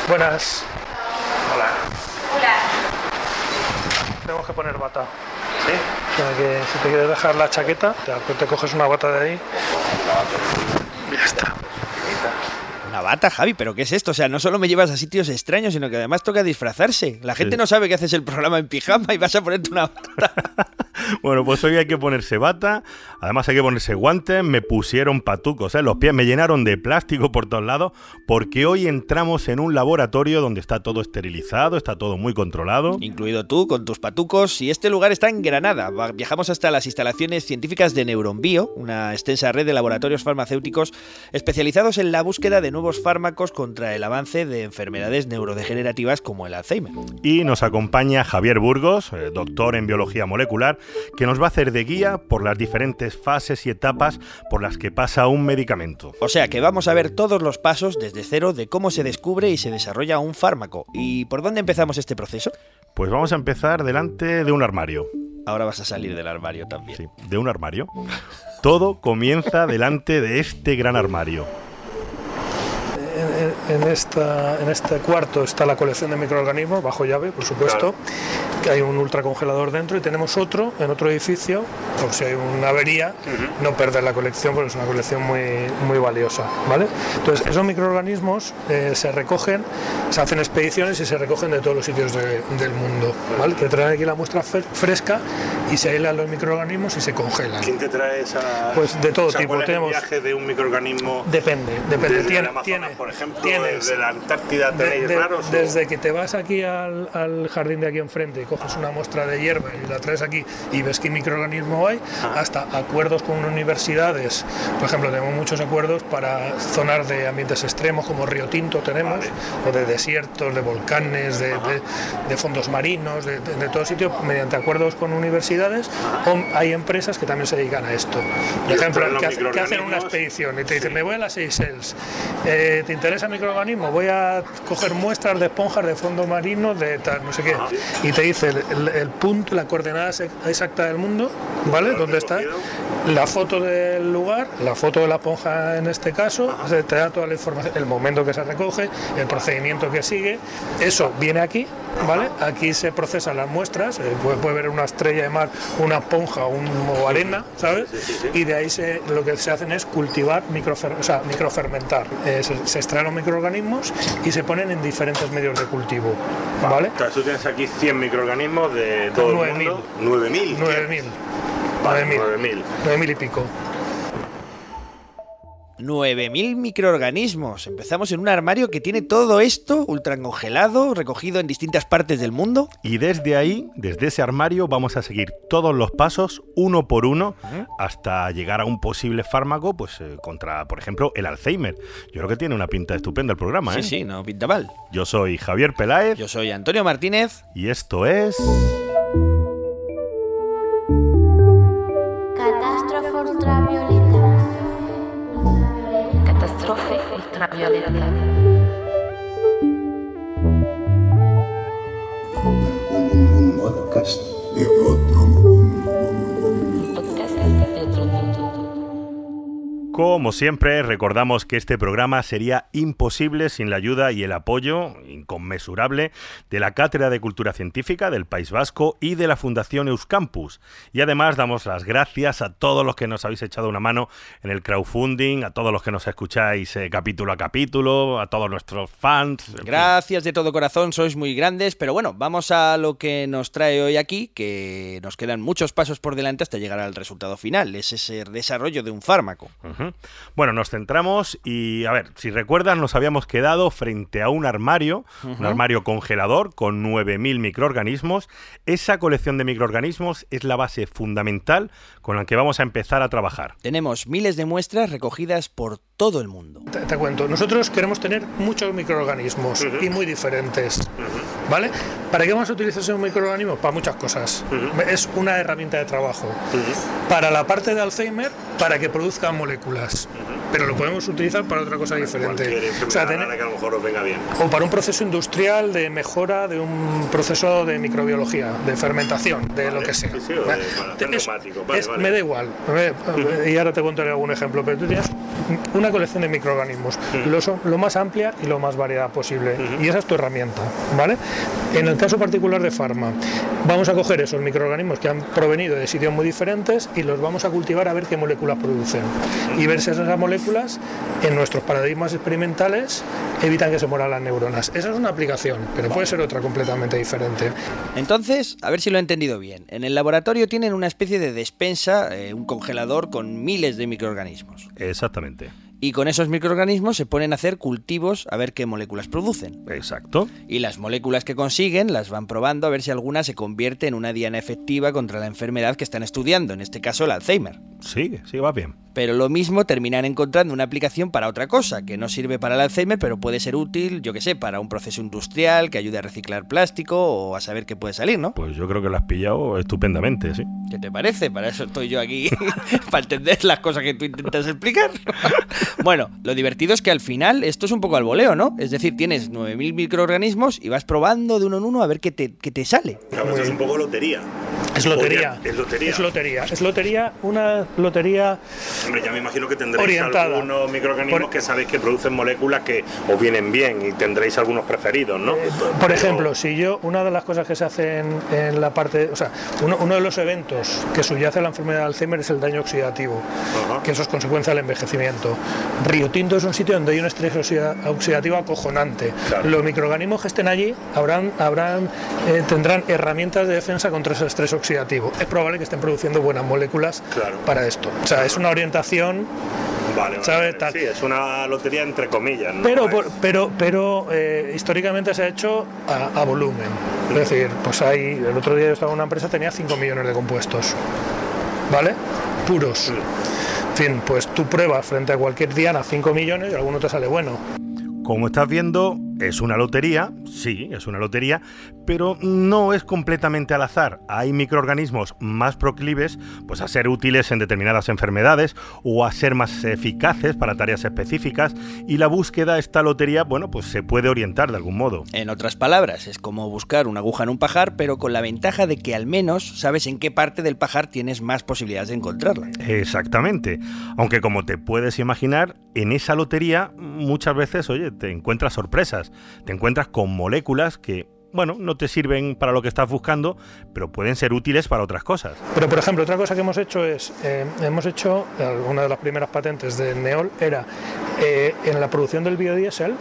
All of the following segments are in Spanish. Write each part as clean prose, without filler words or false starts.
Buenas. Hola. Hola. Tenemos que poner bata. ¿Sí? O sea que si te quieres dejar la chaqueta, te coges una bata de ahí. Y ya está. Una bata, Javi, ¿pero qué es esto? O sea, no solo me llevas a sitios extraños, sino que además toca disfrazarse. La gente no sabe que haces el programa en pijama y vas a ponerte una bata. Bueno, pues hoy hay que ponerse bata, además hay que ponerse guantes, me pusieron patucos, los pies me llenaron de plástico por todos lados, porque hoy entramos en un laboratorio donde está todo esterilizado, está todo muy controlado. Incluido tú, con tus patucos, y este lugar está en Granada. Viajamos hasta las instalaciones científicas de Neuronbio, una extensa red de laboratorios farmacéuticos especializados en la búsqueda de nuevos fármacos contra el avance de enfermedades neurodegenerativas como el Alzheimer. Y nos acompaña Javier Burgos, doctor en biología molecular, que nos va a hacer de guía por las diferentes fases y etapas por las que pasa un medicamento. O sea que vamos a ver todos los pasos desde cero de cómo se descubre y se desarrolla un fármaco. ¿Y por dónde empezamos este proceso? Pues vamos a empezar delante de un armario. Ahora vas a salir del armario también. Sí, de un armario. Todo comienza delante de este gran armario. En este cuarto está la colección de microorganismos, bajo llave, por supuesto, que hay un ultracongelador dentro, y tenemos otro en otro edificio, por si hay una avería, no perder la colección, porque es una colección muy valiosa, ¿vale? Entonces, esos microorganismos se recogen, se hacen expediciones y se recogen de todos los sitios del mundo, ¿vale? Te traen aquí la muestra fresca y se aislan los microorganismos y se congelan. ¿Quién te trae esa...? Pues de todo tipo. ¿Cuál es el tenemos viaje de un microorganismo? Depende. Desde el Amazonas, por ejemplo, desde la Antártida tenéis raros. Desde que te vas aquí al jardín de aquí enfrente y coges una muestra de hierba y la traes aquí y ves qué microorganismo hay, hasta acuerdos con universidades. Por ejemplo, tenemos muchos acuerdos para zonas de ambientes extremos, como Río Tinto tenemos, o de desiertos, de volcanes, de fondos marinos, de todo sitio, mediante acuerdos con universidades. O hay empresas que también se dedican a esto. Por ejemplo, que hacen una expedición y te dicen, me voy a las Seychelles, ¿te interesa el microorganismo? Voy a coger muestras de esponjas de fondo marino, de tal, no sé qué, y te dice el punto, la coordenada exacta del mundo, ¿vale? ¿Dónde está? La foto del lugar, la foto de la esponja en este caso, te da toda la información, el momento que se recoge, el procedimiento que sigue, eso viene aquí, ¿vale? Aquí se procesan las muestras, puede ver una estrella de mar, una esponja o arena, ¿sabes? Y de ahí lo que se hacen es cultivar, microfermentar. Se extraen los microorganismos y se ponen en diferentes medios de cultivo, ¿vale? Entonces tú tienes aquí 100 microorganismos de todo el mundo. 9.000. 9.000 y pico. 9.000 microorganismos. Empezamos en un armario que tiene todo esto ultracongelado, recogido en distintas partes del mundo. Y desde ahí, desde ese armario, vamos a seguir todos los pasos, uno por uno, hasta llegar a un posible fármaco, pues contra, por ejemplo, el Alzheimer. Yo creo que tiene una pinta estupenda el programa, ¿eh? Sí, no pinta mal. Yo soy Javier Peláez. Yo soy Antonio Martínez. Y esto es... Catástrofe ultravioleta. Catástrofe ultravioleta. Un podcast de otro mundo. Podcast de otro mundo. Como siempre, recordamos que este programa sería imposible sin la ayuda y el apoyo inconmensurable de la Cátedra de Cultura Científica del País Vasco y de la Fundación Euskampus. Y además damos las gracias a todos los que nos habéis echado una mano en el crowdfunding, a todos los que nos escucháis capítulo a capítulo, a todos nuestros fans. Gracias de todo corazón, sois muy grandes, pero bueno, vamos a lo que nos trae hoy aquí, que nos quedan muchos pasos por delante hasta llegar al resultado final, es ese desarrollo de un fármaco. Bueno, nos centramos y, a ver, si recuerdas, nos habíamos quedado frente a un armario congelador con 9.000 microorganismos. Esa colección de microorganismos es la base fundamental con la que vamos a empezar a trabajar. Tenemos miles de muestras recogidas por todo el mundo. Te cuento, nosotros queremos tener muchos microorganismos y muy diferentes, ¿vale? ¿Para qué vamos a utilizar esos microorganismos? Para muchas cosas. Es una herramienta de trabajo. Para la parte de Alzheimer, para que produzcan moléculas. Pero lo podemos utilizar para otra cosa diferente. O sea, que a lo mejor os venga bien. O para un proceso industrial de mejora de un proceso de microbiología, de fermentación, de lo que sea. Para hacer neumático. Me da igual. Y ahora te contaré algún ejemplo. Pero tú tienes una colección de microorganismos, lo más amplia y lo más variada posible. Y esa es tu herramienta, ¿vale? En el caso particular de Pharma, vamos a coger esos microorganismos que han provenido de sitios muy diferentes y los vamos a cultivar a ver qué moléculas producen. Y ver si esas moléculas, en nuestros paradigmas experimentales, evitan que se mueran las neuronas. Esa es una aplicación, pero puede ser otra completamente diferente. Entonces, a ver si lo he entendido bien. En el laboratorio tienen una especie de despensa, un congelador con miles de microorganismos. Exactamente. Y con esos microorganismos se ponen a hacer cultivos a ver qué moléculas producen. Exacto. Y las moléculas que consiguen las van probando a ver si alguna se convierte en una diana efectiva contra la enfermedad que están estudiando, en este caso el Alzheimer. Sí, va bien. Pero lo mismo terminan encontrando una aplicación para otra cosa, que no sirve para el Alzheimer, pero puede ser útil, yo qué sé, para un proceso industrial que ayude a reciclar plástico o a saber qué puede salir, ¿no? Pues yo creo que lo has pillado estupendamente, sí. ¿Qué te parece? Para eso estoy yo aquí, para entender las cosas que tú intentas explicar. Bueno, lo divertido es que al final esto es un poco al voleo, ¿no? Es decir, tienes 9.000 microorganismos y vas probando de uno en uno a ver qué te sale. Claro, eso es un poco lotería. Es lotería. Es lotería, una lotería. Hombre, ya me imagino que tendréis orientada. Algunos microorganismos que sabéis que producen moléculas que os vienen bien y tendréis algunos preferidos, ¿no? Por ejemplo, una de las cosas que se hacen en la parte, o sea, uno de los eventos que subyace a la enfermedad de Alzheimer es el daño oxidativo, que eso es consecuencia del envejecimiento. Río Tinto es un sitio donde hay un estrés oxidativo acojonante. Claro. Los microorganismos que estén allí tendrán herramientas de defensa contra ese estrés oxidativo. Es probable que estén produciendo buenas moléculas para esto. O sea, es una orientación. Vale. Sí, es una lotería entre comillas, ¿no? Pero históricamente se ha hecho a volumen. Es decir, pues el otro día yo estaba en una empresa, tenía 5 millones de compuestos, ¿vale? Puros. En fin, pues tú pruebas frente a cualquier diana 5 millones y alguno te sale bueno. Como estás viendo, es una lotería, sí, es una lotería, pero no es completamente al azar. Hay microorganismos más proclives pues, a ser útiles en determinadas enfermedades o a ser más eficaces para tareas específicas, y la búsqueda de esta lotería, bueno, pues se puede orientar de algún modo. En otras palabras, es como buscar una aguja en un pajar, pero con la ventaja de que al menos sabes en qué parte del pajar tienes más posibilidades de encontrarla. Exactamente. Aunque como te puedes imaginar, en esa lotería muchas veces, oye, te encuentras sorpresas. Te encuentras con moléculas que, bueno, no te sirven para lo que estás buscando, pero pueden ser útiles para otras cosas. Pero, por ejemplo, otra cosa que hemos hecho es, una de las primeras patentes de Neol era en la producción del biodiesel.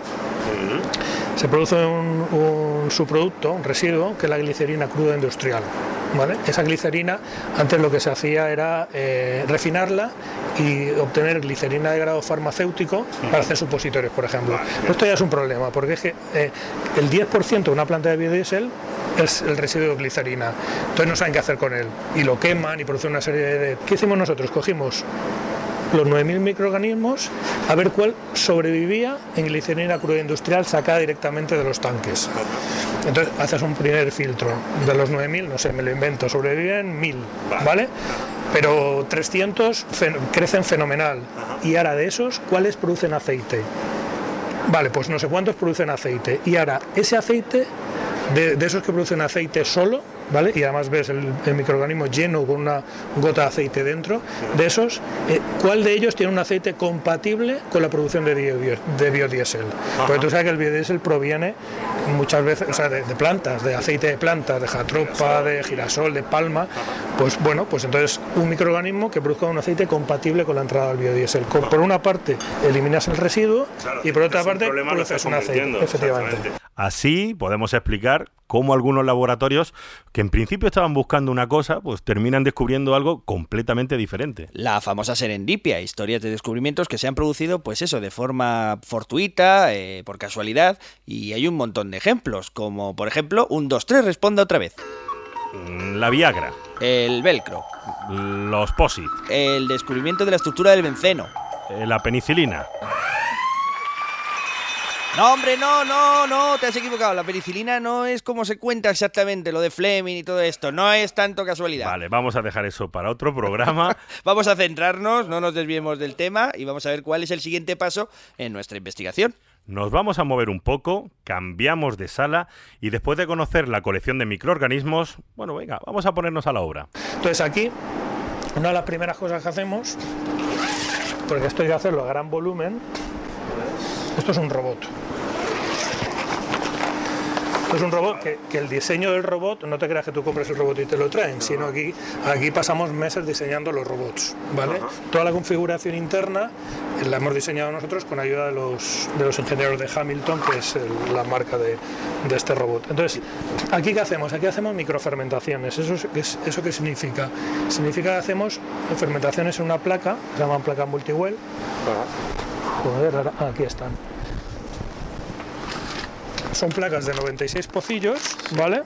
Se produce un subproducto, un residuo, que es la glicerina cruda industrial, ¿vale? Esa glicerina, antes lo que se hacía era refinarla y obtener glicerina de grado farmacéutico para hacer supositorios, por ejemplo. Pero esto ya es un problema, porque es que el 10% de una planta de biodiesel es el residuo de glicerina. Entonces no saben qué hacer con él. Y lo queman y producen una serie de... ¿Qué hicimos nosotros? Cogimos los 9.000 microorganismos a ver cuál sobrevivía en glicerina cruda industrial sacada directamente de los tanques. Entonces haces un primer filtro. De los 9.000, no sé, me lo invento, sobreviven 1.000, ¿vale? Pero 300 crecen fenomenal. Y ahora de esos, ¿cuáles producen aceite? Vale, pues no sé cuántos producen aceite. Y ahora, ese aceite, de esos que producen aceite solo, ¿vale? Y además ves el microorganismo lleno con una gota de aceite dentro, de esos, ¿cuál de ellos tiene un aceite compatible con la producción de biodiesel? Porque tú sabes que el biodiesel proviene muchas veces, o sea, de plantas, de aceite de plantas, de jatropha, de girasol, de palma. Pues bueno, pues entonces un microorganismo que produzca un aceite compatible con la entrada del biodiesel. Por una parte eliminas el residuo y por otra parte produces un aceite, efectivamente. Así podemos explicar cómo algunos laboratorios que en principio estaban buscando una cosa, pues terminan descubriendo algo completamente diferente. La famosa serendipia, historias de descubrimientos que se han producido, pues eso, de forma fortuita, por casualidad, y hay un montón de ejemplos, como por ejemplo, 1, 2, 3, responda otra vez. La Viagra. El velcro. Los POSIT. El descubrimiento de la estructura del benceno. La penicilina. No, hombre, no, te has equivocado. La penicilina no es como se cuenta exactamente, lo de Fleming y todo esto. No es tanto casualidad. Vale, vamos a dejar eso para otro programa. Vamos a centrarnos, no nos desviemos del tema y vamos a ver cuál es el siguiente paso en nuestra investigación. Nos vamos a mover un poco, cambiamos de sala y después de conocer la colección de microorganismos, bueno, venga, vamos a ponernos a la obra. Entonces aquí, una de las primeras cosas que hacemos porque esto hay que hacerlo a gran volumen. Esto es un robot. Esto es un robot que el diseño del robot, no te creas que tú compres el robot y te lo traen, sino aquí pasamos meses diseñando los robots, ¿vale? Toda la configuración interna la hemos diseñado nosotros con ayuda de los ingenieros de Hamilton, que es la marca de este robot. Entonces, ¿aquí qué hacemos? Aquí hacemos microfermentaciones. ¿Eso qué significa? Significa que hacemos fermentaciones en una placa, se llaman placas multiwell. Joder, aquí están. Son placas de 96 pocillos, ¿vale?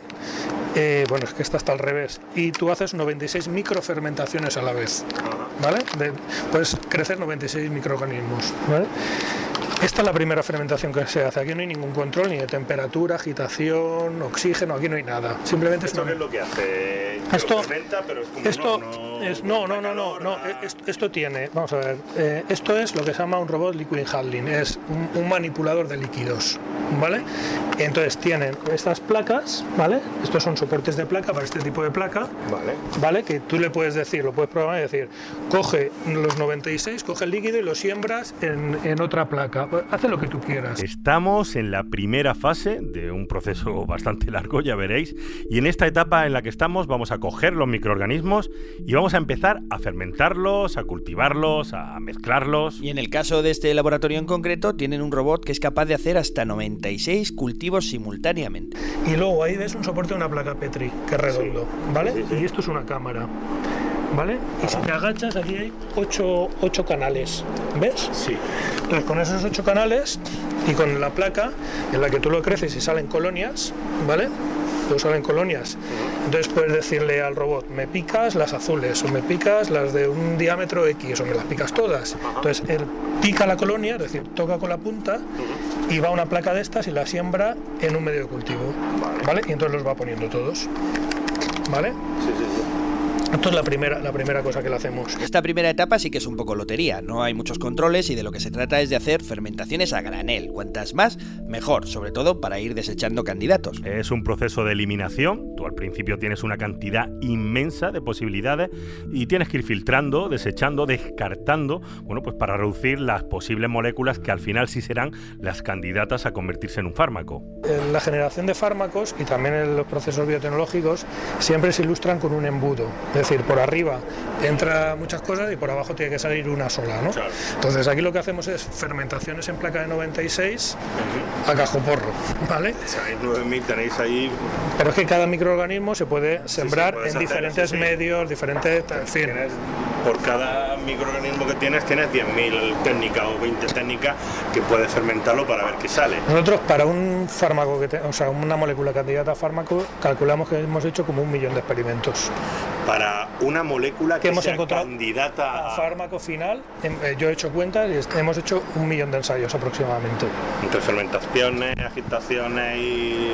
Bueno, es que esta está al revés. Y tú haces 96 microfermentaciones a la vez, ¿vale? Puedes crecer 96 microorganismos, ¿vale? Esta es la primera fermentación que se hace. Aquí no hay ningún control ni de temperatura, agitación, oxígeno, aquí no hay nada. Simplemente ¿Esto qué es lo que hace? Esto fermenta, pero es como no. Esto tiene, vamos a ver, esto es lo que se llama un robot liquid handling, es un manipulador de líquidos, ¿vale? Entonces tienen estas placas, ¿vale? Estos son soportes de placa para este tipo de placa, ¿vale? Que tú le puedes decir, lo puedes programar y decir, coge los 96, coge el líquido y lo siembras en otra placa. Hace lo que tú quieras. Estamos en la primera fase de un proceso bastante largo, ya veréis, y en esta etapa en la que estamos vamos a coger los microorganismos y vamos a empezar a fermentarlos, a cultivarlos, a mezclarlos. Y en el caso de este laboratorio en concreto, tienen un robot que es capaz de hacer hasta 96 cultivos simultáneamente. Y luego ahí ves un soporte de una placa Petri, que es redondo, ¿vale? Sí. Y esto es una cámara, ¿vale? Y si te agachas, aquí hay 8 canales, ¿ves? Sí. Entonces, con esos 8 canales y con la placa en la que tú lo creces y salen colonias, ¿vale? Luego salen colonias. Entonces puedes decirle al robot, me picas las azules, o me picas las de un diámetro X, o me las picas todas. Entonces él pica la colonia, es decir, toca con la punta, y va a una placa de estas y la siembra en un medio de cultivo, ¿vale? Y entonces los va poniendo todos, ¿vale? Sí. Esto es la primera cosa que le hacemos. Esta primera etapa sí que es un poco lotería, no hay muchos controles y de lo que se trata es de hacer fermentaciones a granel. Cuantas más, mejor, sobre todo para ir desechando candidatos. Es un proceso de eliminación. Tú al principio tienes una cantidad inmensa de posibilidades y tienes que ir filtrando, desechando, descartando, bueno, pues para reducir las posibles moléculas que al final sí serán las candidatas a convertirse en un fármaco. La generación de fármacos y también en los procesos biotecnológicos siempre se ilustran con un embudo. Es decir, por arriba entra muchas cosas y por abajo tiene que salir una sola, ¿no? Claro. Entonces aquí lo que hacemos es fermentaciones en placa de 96 a cajoporro, ¿vale? Si hay 9000 tenéis ahí... Pero es que cada microorganismo se puede sembrar en diferentes medios, diferentes... En fin. Por cada microorganismo que tienes 10.000 técnicas o 20 técnicas que puedes fermentarlo para ver qué sale. Nosotros para un fármaco, una molécula candidata a fármaco, calculamos que hemos hecho como 1 millón de experimentos. Para una molécula que hemos sea encontrado candidata a fármaco final, yo he hecho cuentas y hemos hecho 1 millón de ensayos aproximadamente. Entre fermentaciones, agitaciones y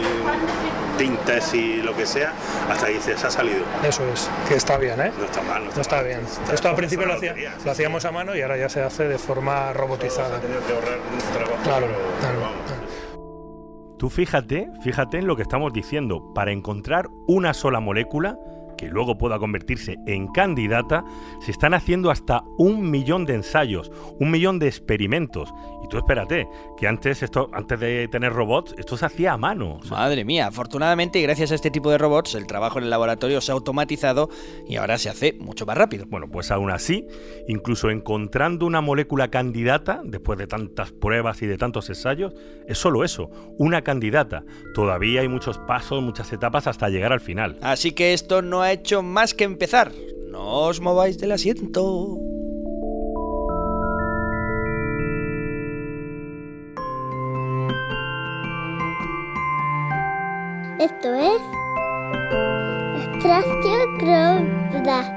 tintes y lo que sea, hasta que dices, ha salido. Eso es, que está bien, ¿eh? No está mal. No está bien. Esto al principio lo hacíamos a mano y ahora ya se hace de forma robotizada. Se ha tenido que ahorrar un trabajo, claro. Tú fíjate en lo que estamos diciendo. Para encontrar una sola molécula que luego pueda convertirse en candidata, se están haciendo hasta 1 millón de ensayos, 1 millón de experimentos. Y tú espérate, que antes de tener robots, esto se hacía a mano. Madre mía, afortunadamente y gracias a este tipo de robots, el trabajo en el laboratorio se ha automatizado y ahora se hace mucho más rápido. Bueno, pues aún así, incluso encontrando una molécula candidata, después de tantas pruebas y de tantos ensayos, es solo eso, una candidata. Todavía hay muchos pasos, muchas etapas hasta llegar al final. Así que esto no ha hecho más que empezar. No os mováis del asiento. Esto es Extracción Crowda.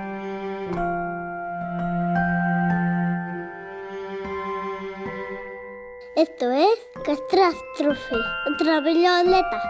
Esto es Catástrofe Ultravioleta.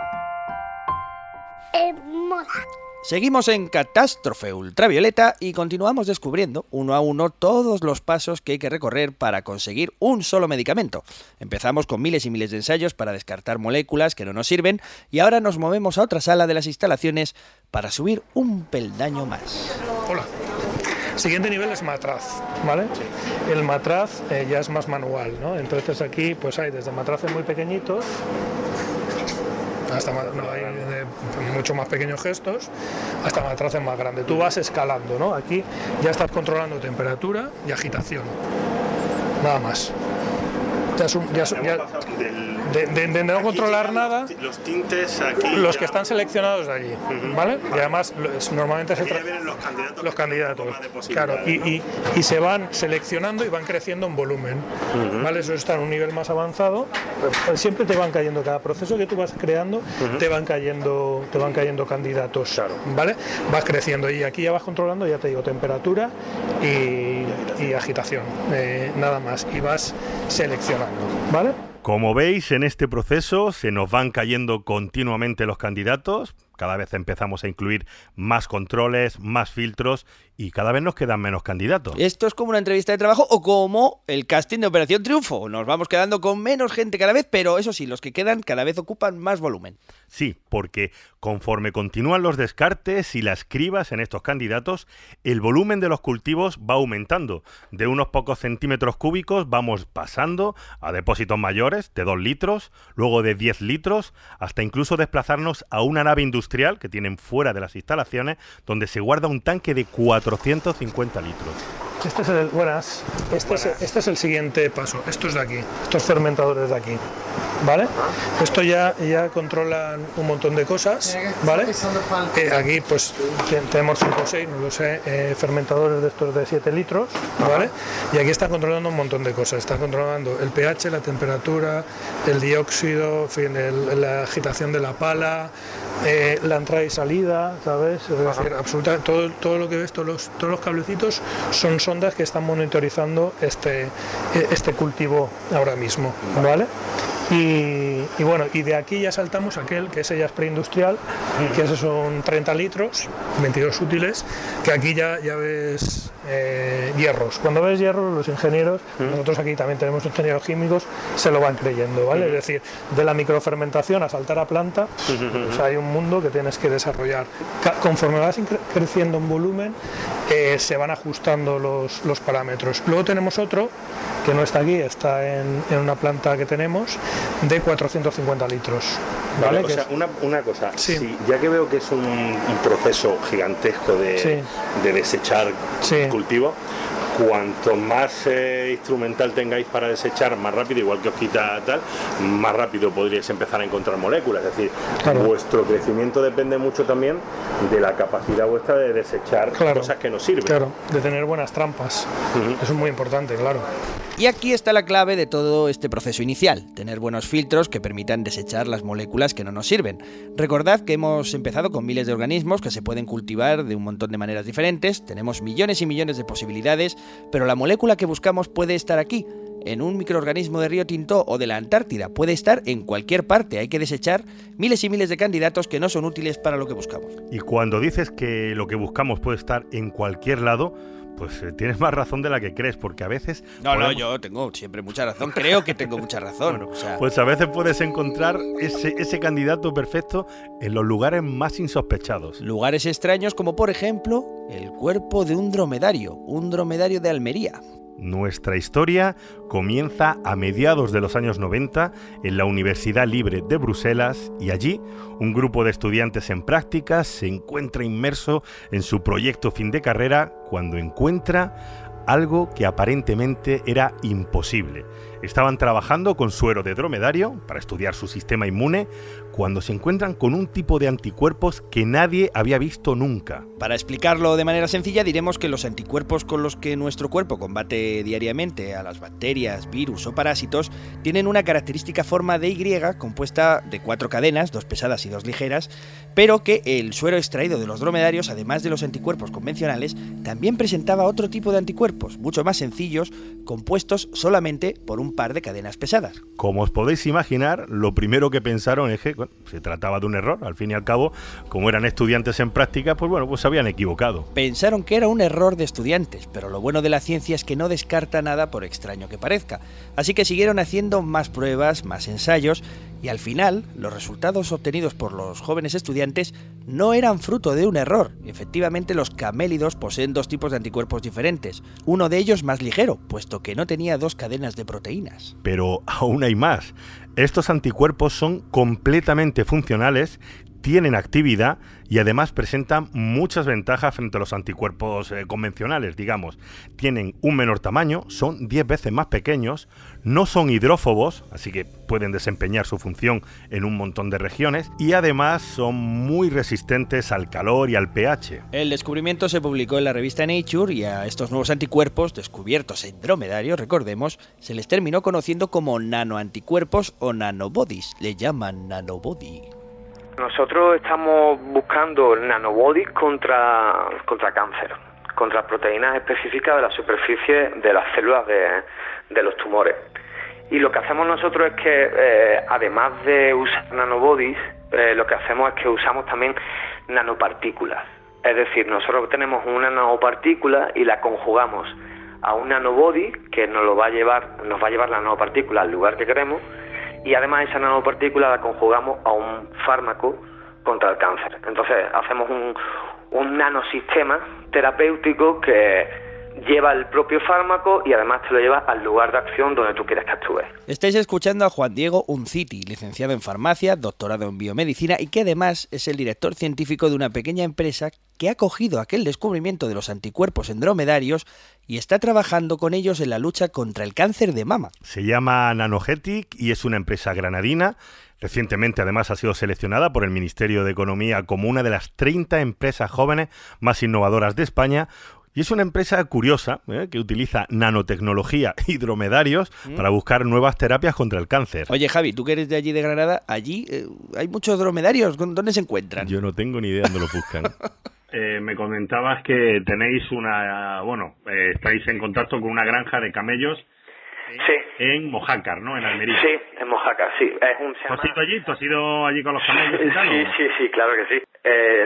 Mola. Seguimos en Catástrofe Ultravioleta y continuamos descubriendo uno a uno todos los pasos que hay que recorrer para conseguir un solo medicamento. Empezamos con miles y miles de ensayos para descartar moléculas que no nos sirven y ahora nos movemos a otra sala de las instalaciones para subir un peldaño más. Hola. Siguiente nivel es matraz, ¿vale? El matraz ya es más manual, ¿no? Entonces aquí pues hay desde matraces muy pequeñitos hasta hay mucho más pequeños gestos, hasta matraces más grandes. Tú vas escalando, ¿no? Aquí ya estás controlando temperatura y agitación, nada más. De no controlar nada, los tintes aquí, los que están seleccionados de allí, ¿vale? Y además normalmente se vienen los candidatos, claro, y se van seleccionando y van creciendo en volumen, ¿vale? Eso está en un nivel más avanzado, siempre te van cayendo, cada proceso que tú vas creando te van cayendo candidatos, ¿vale? Vas creciendo y aquí ya vas controlando, ya te digo, temperatura y agitación, nada más, y vas seleccionando, ¿vale? Como veis, en este proceso se nos van cayendo continuamente los candidatos, cada vez empezamos a incluir más controles, más filtros y cada vez nos quedan menos candidatos. Esto es como una entrevista de trabajo o como el casting de Operación Triunfo. Nos vamos quedando con menos gente cada vez, pero eso sí, los que quedan cada vez ocupan más volumen. Sí, porque conforme continúan los descartes y las cribas en estos candidatos, el volumen de los cultivos va aumentando. De unos pocos centímetros cúbicos vamos pasando a depósitos mayores de 2 litros, luego de 10 litros, hasta incluso desplazarnos a una nave industrial que tienen fuera de las instalaciones, donde se guarda un tanque de 450 litros. Este es el siguiente paso. Estos de aquí, estos fermentadores de aquí, ¿vale? Esto ya controlan un montón de cosas, ¿vale? Aquí pues tenemos 5 o 6, no lo sé, fermentadores de estos de 7 litros, ¿vale? Y aquí están controlando un montón de cosas. Están controlando el pH, la temperatura, el dióxido, en fin, la agitación de la pala, la entrada y salida, ¿sabes? Es decir, absolutamente todo lo que ves, todos los cablecitos son sondas que están monitorizando este cultivo ahora mismo, ¿vale? Y bueno, y de aquí ya saltamos a aquel que ese ya es preindustrial, que esos son 30 litros, 22 útiles, que aquí ya ves hierros. Cuando ves hierros, los ingenieros, nosotros aquí también tenemos ingenieros químicos, se lo van creyendo, ¿vale? Es decir, de la microfermentación a saltar a planta, pues hay un mundo que tienes que desarrollar. Conforme vas creciendo en volumen, se van ajustando los parámetros. Luego tenemos otro, que no está aquí, está en una planta que tenemos, de 450 litros. ¿Vale? O sea, una cosa, sí. Si, ya que veo que es un proceso gigantesco de desechar cultivo, cuanto más instrumental tengáis para desechar, más rápido, igual que os quita tal, más rápido podríais empezar a encontrar moléculas. Es decir, vuestro crecimiento depende mucho también de la capacidad vuestra de desechar cosas que nos sirven. Claro, de tener buenas trampas. Eso es muy importante, claro. Y aquí está la clave de todo este proceso inicial, tener buenos filtros que permitan desechar las moléculas que no nos sirven. Recordad que hemos empezado con miles de organismos que se pueden cultivar de un montón de maneras diferentes, tenemos millones y millones de posibilidades, pero la molécula que buscamos puede estar aquí, en un microorganismo de Río Tinto o de la Antártida, puede estar en cualquier parte, hay que desechar miles y miles de candidatos que no son útiles para lo que buscamos. Y cuando dices que lo que buscamos puede estar en cualquier lado, pues tienes más razón de la que crees, porque a veces... No, yo tengo siempre mucha razón, creo que tengo mucha razón. Bueno, pues a veces puedes encontrar ese candidato perfecto en los lugares más insospechados. Lugares extraños como, por ejemplo, el cuerpo de un dromedario de Almería. Nuestra historia comienza a mediados de los años 90 en la Universidad Libre de Bruselas y allí un grupo de estudiantes en prácticas se encuentra inmerso en su proyecto fin de carrera cuando encuentra algo que aparentemente era imposible. Estaban trabajando con suero de dromedario para estudiar su sistema inmune cuando se encuentran con un tipo de anticuerpos que nadie había visto nunca. Para explicarlo de manera sencilla, diremos que los anticuerpos con los que nuestro cuerpo combate diariamente a las bacterias, virus o parásitos tienen una característica forma de Y compuesta de 4 cadenas, 2 pesadas y 2 ligeras, pero que el suero extraído de los dromedarios, además de los anticuerpos convencionales, también presentaba otro tipo de anticuerpos, mucho más sencillos, compuestos solamente por un par de cadenas pesadas. Como os podéis imaginar, lo primero que pensaron es que se trataba de un error. Al fin y al cabo, como eran estudiantes en práctica, pues se habían equivocado. Pensaron que era un error de estudiantes, pero lo bueno de la ciencia es que no descarta nada por extraño que parezca. Así que siguieron haciendo más pruebas, más ensayos, Y al final, los resultados obtenidos por los jóvenes estudiantes no eran fruto de un error. Efectivamente, los camélidos poseen dos tipos de anticuerpos diferentes. Uno de ellos más ligero, puesto que no tenía dos cadenas de proteínas. Pero aún hay más. Estos anticuerpos son completamente funcionales, tienen actividad y además presentan muchas ventajas frente a los anticuerpos convencionales, digamos. Tienen un menor tamaño, son 10 veces más pequeños, no son hidrófobos, así que pueden desempeñar su función en un montón de regiones y además son muy resistentes al calor y al pH. El descubrimiento se publicó en la revista Nature y a estos nuevos anticuerpos, descubiertos en dromedarios, recordemos, se les terminó conociendo como nanoanticuerpos o nanobodies. Le llaman nanobody. Nosotros estamos buscando nanobodies contra cáncer, contra proteínas específicas de la superficie de las células de los tumores. Y lo que hacemos nosotros es que, además de usar nanobodies, lo que hacemos es que usamos también nanopartículas. Es decir, nosotros tenemos una nanopartícula y la conjugamos a un nanobody que nos va a llevar la nanopartícula al lugar que queremos. Y además esa nanopartícula la conjugamos a un fármaco contra el cáncer. Entonces hacemos un nanosistema terapéutico que lleva el propio fármaco y además te lo lleva al lugar de acción donde tú quieres que actúe. Estáis escuchando a Juan Diego Unciti, licenciado en farmacia, doctorado en biomedicina y que además es el director científico de una pequeña empresa que ha cogido aquel descubrimiento de los anticuerpos en dromedarios y está trabajando con ellos en la lucha contra el cáncer de mama. Se llama Nanogetic y es una empresa granadina. Recientemente, además, ha sido seleccionada por el Ministerio de Economía como una de las 30 empresas jóvenes más innovadoras de España. Y es una empresa curiosa que utiliza nanotecnología y dromedarios para buscar nuevas terapias contra el cáncer. Oye, Javi, tú que eres de allí de Granada, allí hay muchos dromedarios. ¿Dónde se encuentran? Yo no tengo ni idea dónde los buscan. Me comentabas que tenéis estáis en contacto con una granja de camellos. Sí. En Mojácar, ¿no? En Almería. Sí, en Mojácar, sí. Es un ¿Tú has ido allí? ¿Tú has ido allí con los camellos y tal? Sí, claro que sí.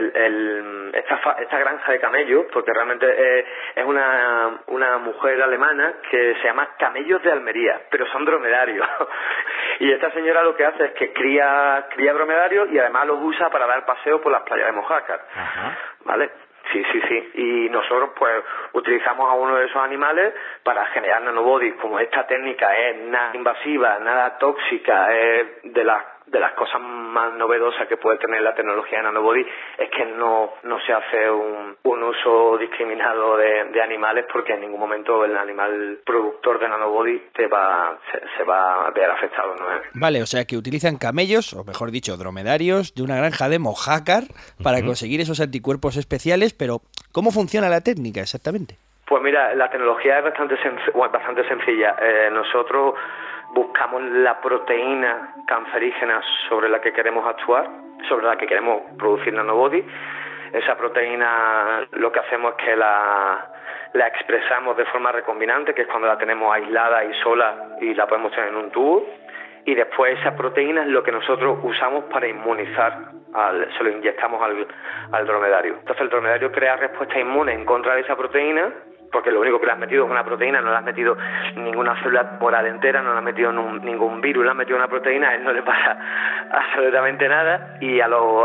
Esta granja de camellos, porque realmente es una mujer alemana que se llama Camellos de Almería, pero son dromedarios. Y esta señora lo que hace es que cría dromedarios y además los usa para dar paseo por las playas de Mojácar. Ajá. ¿Vale? Sí. Y nosotros pues utilizamos a uno de esos animales para generar nanobodies. Como esta técnica es nada invasiva, nada tóxica, es de las cosas más novedosas que puede tener la tecnología de nanobody, es que no se hace un uso discriminado de animales, porque en ningún momento el animal productor de nanobody se va a ver afectado, ¿no? Vale, o sea que utilizan camellos, o mejor dicho, dromedarios, de una granja de Mojácar para conseguir esos anticuerpos especiales, pero ¿cómo funciona la técnica exactamente? Pues mira, la tecnología es bastante sencilla. Nosotros buscamos la proteína cancerígena sobre la que queremos actuar, sobre la que queremos producir nanobody. Esa proteína lo que hacemos es que la expresamos de forma recombinante, que es cuando la tenemos aislada y sola y la podemos tener en un tubo. Y después esa proteína es lo que nosotros usamos para inmunizar, se lo inyectamos al dromedario. Entonces el dromedario crea respuesta inmune en contra de esa proteína, porque lo único que le has metido es una proteína, no le has metido ninguna célula tumoral entera, no le has metido ningún virus, le has metido una proteína, a él no le pasa absolutamente nada, y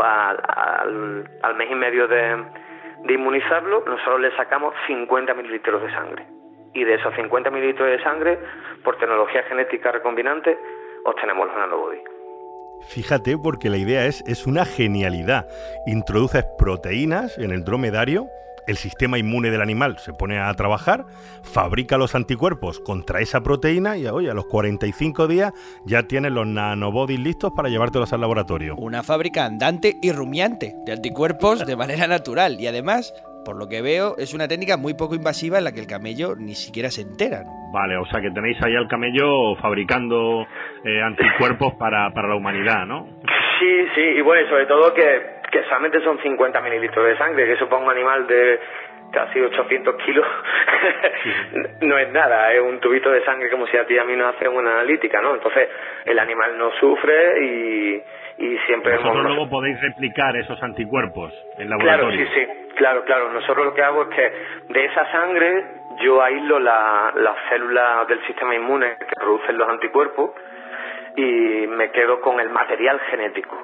al mes y medio de inmunizarlo, nosotros le sacamos 50 mililitros de sangre. Y de esos 50 mililitros de sangre, por tecnología genética recombinante, obtenemos los nanobody. Fíjate, porque la idea es una genialidad. Introduces proteínas en el dromedario, el sistema inmune del animal se pone a trabajar, fabrica los anticuerpos contra esa proteína y oye, a los 45 días ya tienes los nanobodies listos para llevártelos al laboratorio. Una fábrica andante y rumiante de anticuerpos de manera natural y además, por lo que veo, es una técnica muy poco invasiva en la que el camello ni siquiera se entera, ¿no? Vale, o sea que tenéis ahí al camello fabricando anticuerpos para la humanidad, ¿no? Sí, y bueno, y sobre todo que solamente son 50 mililitros de sangre, que eso para un animal de casi 800 kilos no es nada, es un tubito de sangre como si a ti y a mí nos hacen una analítica, ¿no? Entonces el animal no sufre y siempre... ¿Vosotros luego podéis replicar esos anticuerpos en laboratorio? Claro, claro. Nosotros lo que hago es que de esa sangre yo aíslo las células del sistema inmune que producen los anticuerpos y me quedo con el material genético.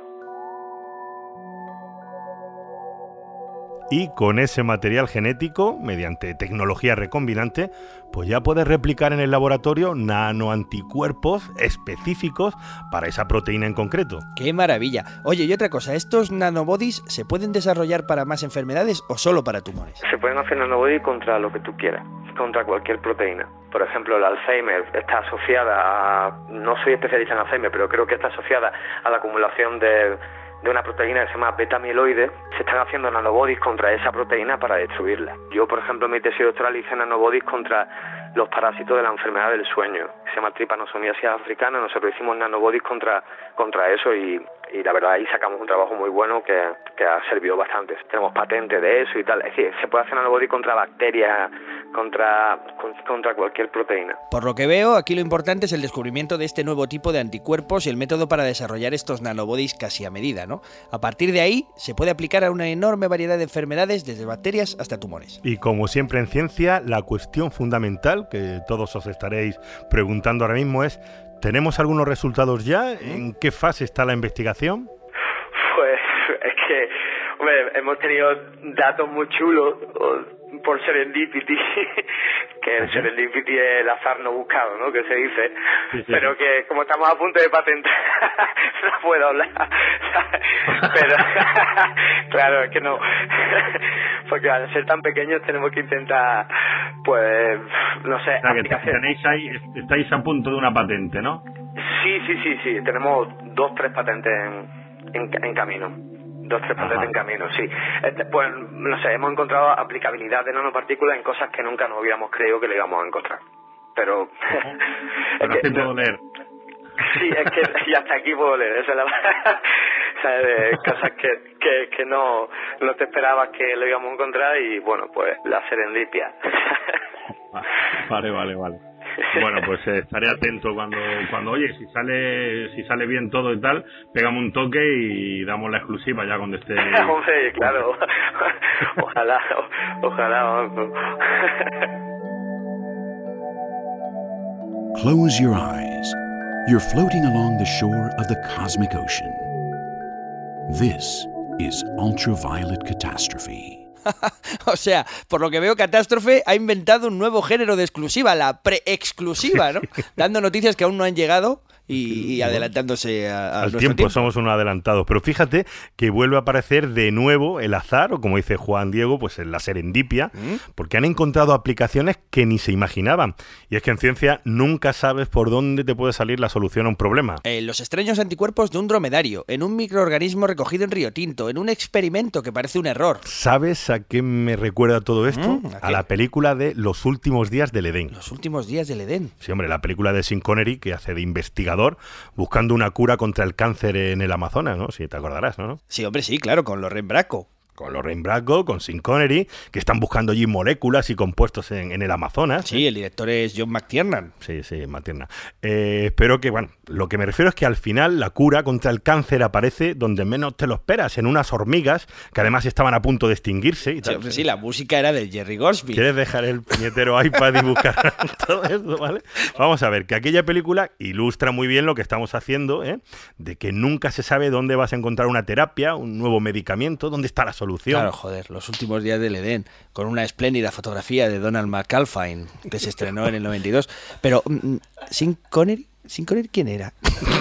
Y con ese material genético, mediante tecnología recombinante, pues ya puedes replicar en el laboratorio nanoanticuerpos específicos para esa proteína en concreto. ¡Qué maravilla! Oye, y otra cosa, ¿estos nanobodies se pueden desarrollar para más enfermedades o solo para tumores? Se pueden hacer nanobodies contra lo que tú quieras, contra cualquier proteína. Por ejemplo, el Alzheimer está asociada a... No soy especialista en Alzheimer, pero creo que está asociada a la acumulación de una proteína que se llama beta-amiloide. Se están haciendo nanobodies contra esa proteína para destruirla. Yo, por ejemplo, en mi tesis doctoral hice nanobodies contra los parásitos de la enfermedad del sueño, que se llama tripanosomiasis africana. Nosotros hicimos nanobodies contra eso y la verdad ahí sacamos un trabajo muy bueno que ha servido bastante. Tenemos patentes de eso y tal. Es decir, se puede hacer nanobodies contra bacterias, contra cualquier proteína. Por lo que veo, aquí lo importante es el descubrimiento de este nuevo tipo de anticuerpos y el método para desarrollar estos nanobodies casi a medida, ¿no? A partir de ahí, se puede aplicar a una enorme variedad de enfermedades, desde bacterias hasta tumores. Y como siempre en ciencia, la cuestión fundamental que todos os estaréis preguntando ahora mismo es: ¿tenemos algunos resultados ya? ¿En qué fase está la investigación? Pues es que, hombre, hemos tenido datos muy chulos por serendipity, que el serendipity es el azar no buscado, ¿no? Que se dice, sí. Pero que como estamos a punto de patentar, no puedo hablar, pero claro, es que no, porque al ser tan pequeños tenemos que intentar, pues, no sé. O sea, que estáis a punto de una patente, ¿no? Sí, tenemos 2-3 patentes en camino. 2-3 patentes en camino, sí. Pues, no sé, hemos encontrado aplicabilidad de nanopartículas en cosas que nunca nos habíamos creído que le íbamos a encontrar. Pero... Pero es que puedo leer. Sí, es que ya hasta aquí puedo leer. Esa es la... o sea, de cosas que no te esperabas que lo íbamos a encontrar y, bueno, pues la serendipia. Vale. Bueno, pues estaré atento cuando oye, si sale bien todo y tal, pegamos un toque y damos la exclusiva ya cuando esté. Hombre, claro. Ojalá. Close your eyes. You're floating along the shore of the cosmic ocean. This is ultraviolet catastrophe. O sea, por lo que veo, Catástrofe ha inventado un nuevo género de exclusiva, la pre-exclusiva, ¿no? Dando noticias que aún no han llegado y adelantándose al tiempo. Somos unos adelantados. Pero fíjate que vuelve a aparecer de nuevo el azar, o como dice Juan Diego, pues la serendipia, porque han encontrado aplicaciones que ni se imaginaban. Y es que en ciencia nunca sabes por dónde te puede salir la solución a un problema. Los extraños anticuerpos de un dromedario, en un microorganismo recogido en Río Tinto, en un experimento que parece un error. ¿Sabes a qué me recuerda todo esto? A la película de Los últimos días del Edén. Los últimos días del Edén. Sí, hombre, la película de Sean Connery, que hace de investigador buscando una cura contra el cáncer en el Amazonas, ¿no? Si te acordarás, ¿no? Sí, hombre, sí, claro, con Lorraine Bracco. Con Lorraine Bracco, con Sean Connery, que están buscando allí moléculas y compuestos en el Amazonas. Sí, el director es John McTiernan. Sí, McTiernan. Pero que, bueno, lo que me refiero es que al final la cura contra el cáncer aparece donde menos te lo esperas, en unas hormigas que además estaban a punto de extinguirse. Y tal. Sí, la música era de Jerry Goldsmith. ¿Quieres dejar el puñetero iPad y buscar todo esto, vale? Vamos a ver, que aquella película ilustra muy bien lo que estamos haciendo, de que nunca se sabe dónde vas a encontrar una terapia, un nuevo medicamento, dónde está la solución. Claro, joder, Los últimos días del Edén, con una espléndida fotografía de Donald McAlpine, que se estrenó en el 92. Pero, ¿Sean Connery? ¿Sean Connery quién era?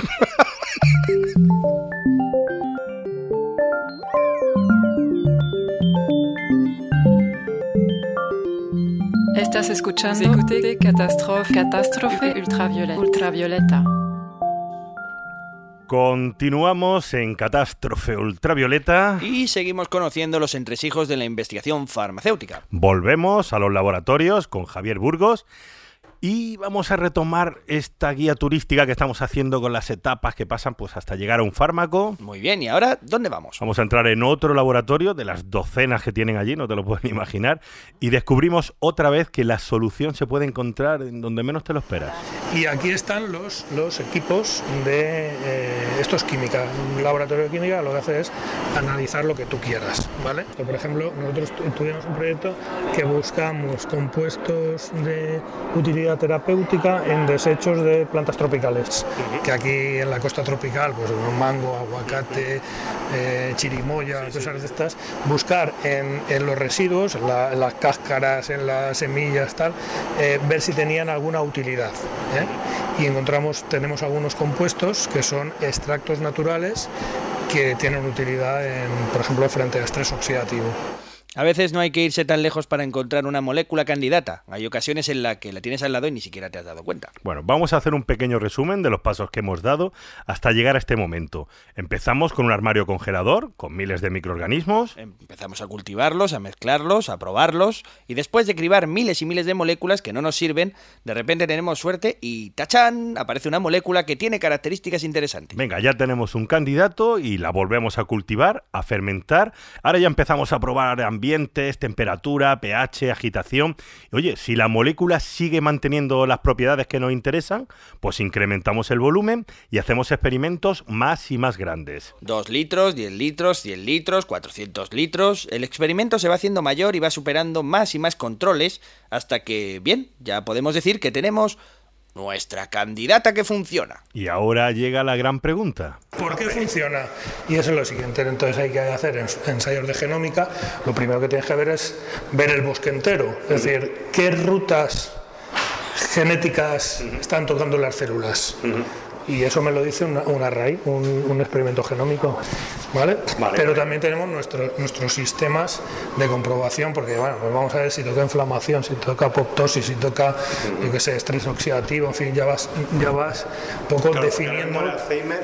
Estás escuchando Catástrofe Ultravioleta. Continuamos en Catástrofe Ultravioleta. Y seguimos conociendo los entresijos de la investigación farmacéutica. Volvemos a los laboratorios con Javier Burgos. Y vamos a retomar esta guía turística que estamos haciendo con las etapas que pasan pues hasta llegar a un fármaco. Muy bien, ¿y ahora dónde vamos? Vamos a entrar en otro laboratorio de las docenas que tienen allí, no te lo puedes ni imaginar, y descubrimos otra vez que la solución se puede encontrar en donde menos te lo esperas. Y aquí están los equipos de... esto es química. Un laboratorio de química lo que hace es analizar lo que tú quieras, ¿vale? Por ejemplo, nosotros tuvimos un proyecto que buscamos compuestos de utilidad biología terapéutica en desechos de plantas tropicales, que aquí en la costa tropical, pues mango, aguacate, chirimoya, cosas de estas, buscar en los residuos, en las cáscaras, en las semillas, tal, ver si tenían alguna utilidad, y tenemos algunos compuestos que son extractos naturales que tienen utilidad, por ejemplo, frente a estrés oxidativo. A veces no hay que irse tan lejos para encontrar una molécula candidata. Hay ocasiones en las que la tienes al lado y ni siquiera te has dado cuenta. Bueno, vamos a hacer un pequeño resumen de los pasos que hemos dado hasta llegar a este momento. Empezamos con un armario congelador con miles de microorganismos. Empezamos a cultivarlos, a mezclarlos, a probarlos, y después de cribar miles y miles de moléculas que no nos sirven, de repente tenemos suerte y ¡tachán!, aparece una molécula que tiene características interesantes. Venga, ya tenemos un candidato y la volvemos a cultivar, a fermentar. Ahora ya empezamos a probar ambientes, temperatura, pH, agitación. Oye, si la molécula sigue manteniendo las propiedades que nos interesan, pues incrementamos el volumen y hacemos experimentos más y más grandes. 2 litros, 10 litros, 100 litros, 400 litros... El experimento se va haciendo mayor y va superando más y más controles hasta que, bien, ya podemos decir que tenemos nuestra candidata que funciona. Y ahora llega la gran pregunta. ¿Por qué funciona? Y eso es lo siguiente. Entonces hay que hacer ensayos de genómica. Lo primero que tienes que ver es ver el bosque entero. Es decir, qué rutas genéticas están tocando las células. Y eso me lo dice un array, un experimento genómico, ¿vale? Pero también tenemos nuestros sistemas de comprobación, porque bueno, pues vamos a ver si toca inflamación, si toca apoptosis, si toca, yo qué sé, estrés oxidativo, en fin, ya vas poco definiendo. El Alzheimer,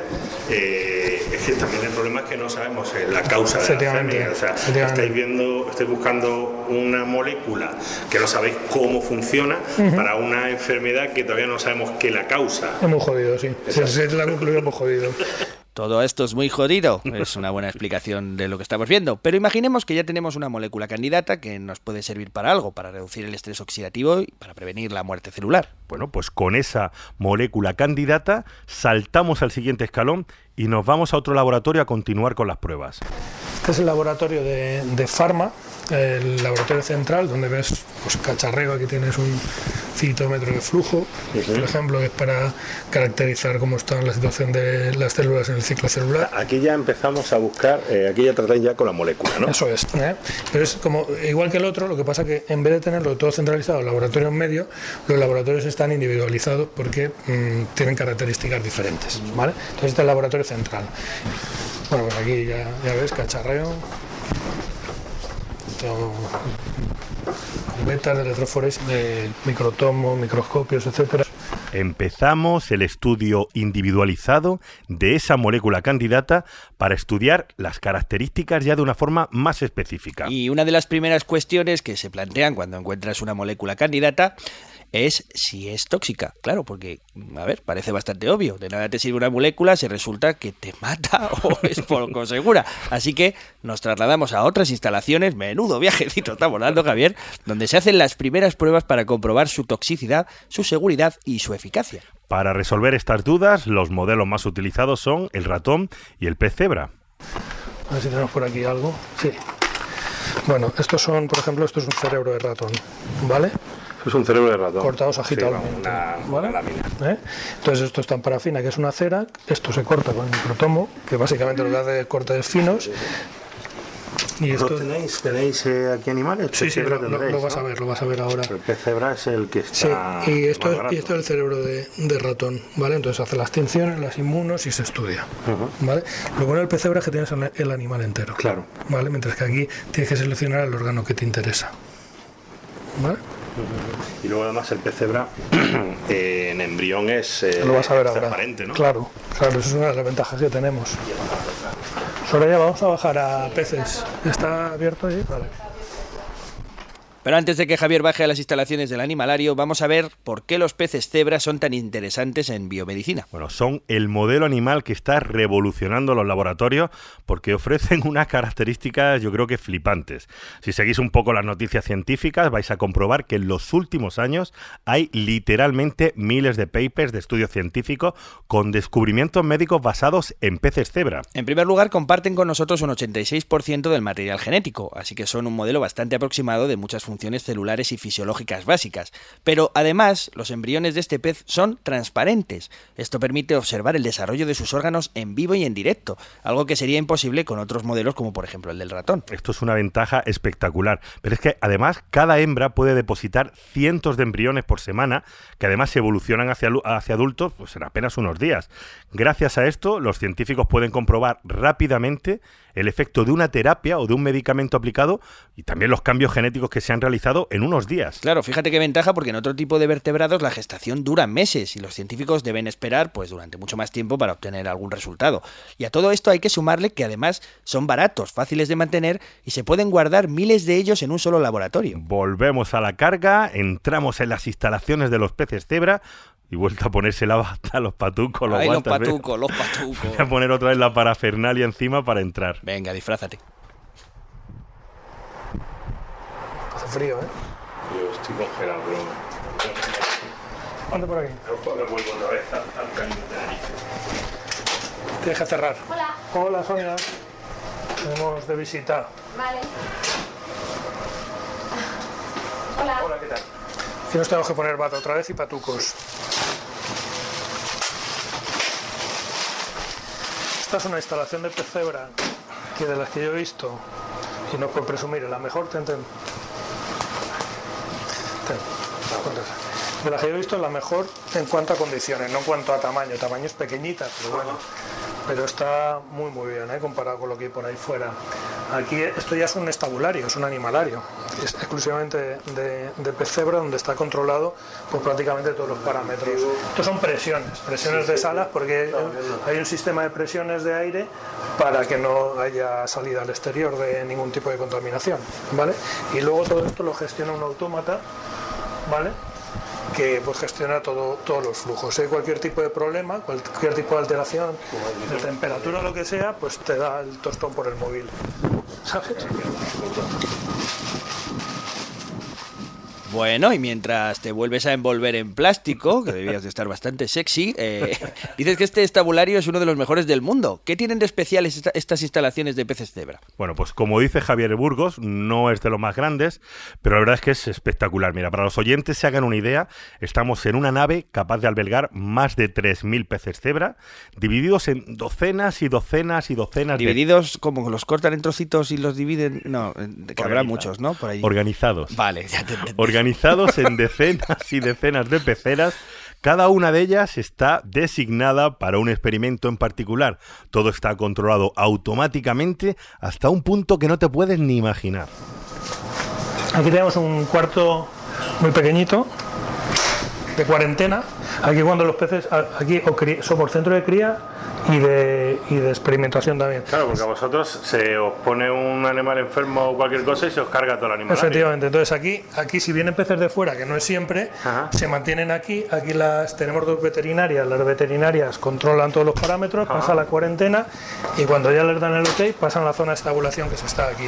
es que también el problema es que no sabemos la causa de Alzheimer. O sea, estáis buscando una molécula que no sabéis cómo funciona para una enfermedad que todavía no sabemos qué la causa. Es muy jodido, sí. Es la conclusión, muy jodido. Todo esto es muy jodido, es una buena explicación de lo que estamos viendo, pero imaginemos que ya tenemos una molécula candidata que nos puede servir para algo, para reducir el estrés oxidativo y para prevenir la muerte celular. Bueno, pues con esa molécula candidata saltamos al siguiente escalón y nos vamos a otro laboratorio a continuar con las pruebas. Este es el laboratorio de Pharma, el laboratorio central, donde ves pues cacharreo. Aquí tienes un citómetro de flujo, por ejemplo, que es para caracterizar cómo está la situación de las células en el ciclo celular. Aquí ya empezamos a buscar, aquí ya tratáis ya con la molécula, ¿no? Eso es, pero es como igual que el otro, lo que pasa que en vez de tenerlo todo centralizado, el laboratorio en medio, los laboratorios están individualizados porque tienen características diferentes, ¿vale? Entonces este es el laboratorio central. Bueno, pues aquí ya ves, cacharreo, cubetas de electroforesis, de microtomos, microscopios, etcétera. Empezamos el estudio individualizado de esa molécula candidata para estudiar las características ya de una forma más específica. Y una de las primeras cuestiones que se plantean cuando encuentras una molécula candidata es si es tóxica. Claro, porque, a ver, parece bastante obvio. De nada te sirve una molécula si resulta que te mata o es poco segura. Así que nos trasladamos a otras instalaciones, menudo viajecito estamos dando, Javier, donde se hacen las primeras pruebas para comprobar su toxicidad, su seguridad y su eficacia. Para resolver estas dudas, los modelos más utilizados son el ratón y el pez cebra. A ver si tenemos por aquí algo. Sí. Bueno, estos son, por ejemplo, esto es un cerebro de ratón, ¿vale? Es un cerebro de ratón. Cortados agitados. Sí, una lámina. Entonces esto está en parafina, que es una cera. Esto se corta con el microtomo, que básicamente lo que hace es cortes finos. Y esto... ¿Tenéis aquí animales? Sí, lo vas a ver ahora. El pez cebra es el que está... Sí, y esto es el cerebro de ratón, ¿vale? Entonces hace las tinciones, las inmunos y se estudia, ¿vale? Lo bueno del pez cebra es que tienes el animal entero, claro, ¿vale? Mientras que aquí tienes que seleccionar el órgano que te interesa, ¿vale? Y luego además el pez cebra en embrión es lo vas a ver ahora, transparente, ¿no? Claro, eso es una de las ventajas que tenemos. Soraya, vamos a bajar a peces. ¿Está abierto ahí? Vale. Pero antes de que Javier baje a las instalaciones del animalario, vamos a ver por qué los peces cebra son tan interesantes en biomedicina. Bueno, son el modelo animal que está revolucionando los laboratorios porque ofrecen unas características, yo creo que flipantes. Si seguís un poco las noticias científicas, vais a comprobar que en los últimos años hay literalmente miles de papers de estudios científicos con descubrimientos médicos basados en peces cebra. En primer lugar, comparten con nosotros un 86% del material genético, así que son un modelo bastante aproximado de muchas funciones funciones celulares y fisiológicas básicas. Pero además, los embriones de este pez son transparentes. Esto permite observar el desarrollo de sus órganos en vivo y en directo, algo que sería imposible con otros modelos como por ejemplo el del ratón. Esto es una ventaja espectacular. Pero es que además cada hembra puede depositar cientos de embriones por semana, que además se evolucionan hacia adultos pues en apenas unos días. Gracias a esto, los científicos pueden comprobar rápidamente el efecto de una terapia o de un medicamento aplicado y también los cambios genéticos que se han realizado en unos días. Claro, fíjate qué ventaja, porque en otro tipo de vertebrados la gestación dura meses y los científicos deben esperar pues durante mucho más tiempo para obtener algún resultado. Y a todo esto hay que sumarle que además son baratos, fáciles de mantener y se pueden guardar miles de ellos en un solo laboratorio. Volvemos a la carga, entramos en las instalaciones de los peces cebra y vuelta a ponerse la bata, los patucos, los guantes. Los patucos. Voy a poner otra vez la parafernalia encima para entrar. Venga, disfrázate. Hace frío, ¿eh? Yo estoy congelado, bro. Anda por aquí. Me vuelvo otra vez al camino de narices. Tienes que cerrar. Hola. Hola, Sonia. Tenemos de visita. Vale. Hola. Hola, ¿qué tal? Aquí nos tenemos que poner bata otra vez y patucos. Esta es una instalación de pez cebra que de las que yo he visto, y no puedo presumir, la mejor, de las que yo he visto, la mejor en cuanto a condiciones, no en cuanto a tamaño. Tamaño es pequeñita, pero bueno, pero está muy bien, comparado con lo que hay por ahí fuera. Aquí esto ya es un estabulario, es un animalario, es exclusivamente de pez cebra, donde está controlado por prácticamente todos los parámetros. Estos son presiones de salas, porque hay un sistema de presiones de aire para que no haya salida al exterior de ningún tipo de contaminación, ¿vale? Y luego todo esto lo gestiona un autómata, ¿vale?, que pues gestiona todos los flujos. Si hay cualquier tipo de problema, cualquier tipo de alteración de temperatura o lo que sea, pues te da el tostón por el móvil, ¿sabes? Bueno, y mientras te vuelves a envolver en plástico, que debías de estar bastante sexy, dices que este estabulario es uno de los mejores del mundo. ¿Qué tienen de especial estas instalaciones de peces cebra? Bueno, pues como dice Javier Burgos, no es de los más grandes, pero la verdad es que es espectacular. Mira, para los oyentes se hagan una idea, estamos en una nave capaz de albergar más de 3.000 peces cebra, divididos en docenas y docenas y docenas. ¿Divididos como los cortan en trocitos y los dividen? No, que habrá muchos, ¿no? Por ahí. Organizados. Vale, ya te entendí. Organizados en decenas y decenas de peceras. Cada una de ellas está designada para un experimento en particular. Todo está controlado automáticamente hasta un punto que no te puedes ni imaginar. Aquí tenemos un cuarto muy pequeñito de cuarentena. Aquí cuando los peces, aquí somos centro de cría y de experimentación también. Claro, porque a vosotros se os pone un animal enfermo o cualquier cosa y se os carga todo el animal. Efectivamente, entonces aquí si vienen peces de fuera, que no es siempre, se mantienen aquí tenemos dos veterinarias, las veterinarias controlan todos los parámetros, pasa la cuarentena y cuando ya les dan el ok pasan a la zona de estabulación que se está aquí.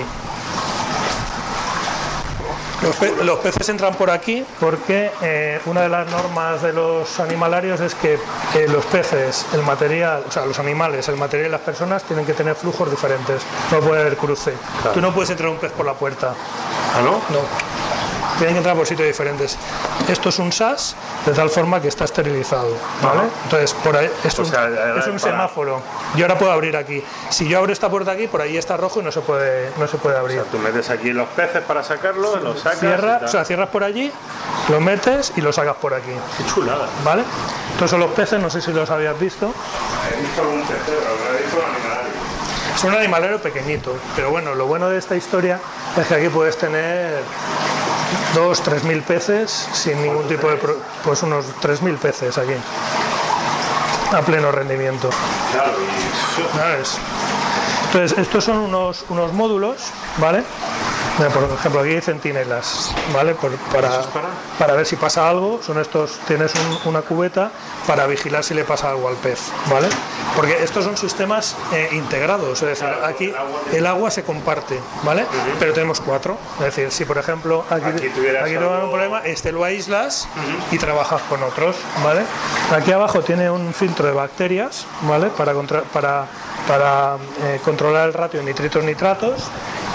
Los peces entran por aquí porque una de las normas de los animalarios es que los peces, el material, o sea, los animales, el material y las personas tienen que tener flujos diferentes, no puede haber cruce. Claro. Tú no puedes entrar un pez por la puerta. ¿Ah, no? No. Tienen que entrar por sitios diferentes. Esto es un SAS, de tal forma que está esterilizado, ¿vale? Entonces, por ahí es un semáforo. Yo ahora puedo abrir aquí. Si yo abro esta puerta aquí, por ahí está rojo y no se puede abrir. O sea, tú metes aquí los peces para sacarlos, los sacas. Cierras por allí, los metes y los sacas por aquí. Qué chulada. ¿Vale? Estos son los peces, no sé si los habías visto. He visto algún pez, pero no he visto un animalario. Es un animalero pequeñito, pero bueno, lo bueno de esta historia es que aquí puedes tener 2.000-3.000 peces sin ningún tipo de... pues unos 3.000 peces aquí, a pleno rendimiento. Claro, ¿sabes? Entonces, estos son unos módulos, ¿vale? Mira, por ejemplo, aquí hay centinelas, ¿vale? Para ver si pasa algo, son estos, tienes una cubeta para vigilar si le pasa algo al pez, ¿vale? Porque estos son sistemas integrados, es decir, aquí el agua se comparte, ¿vale? Pero tenemos 4, es decir, si por ejemplo aquí no hay un problema, lo aíslas y trabajas con otros, ¿vale? Aquí abajo tiene un filtro de bacterias, ¿vale? Para controlar el ratio de nitritos-nitratos.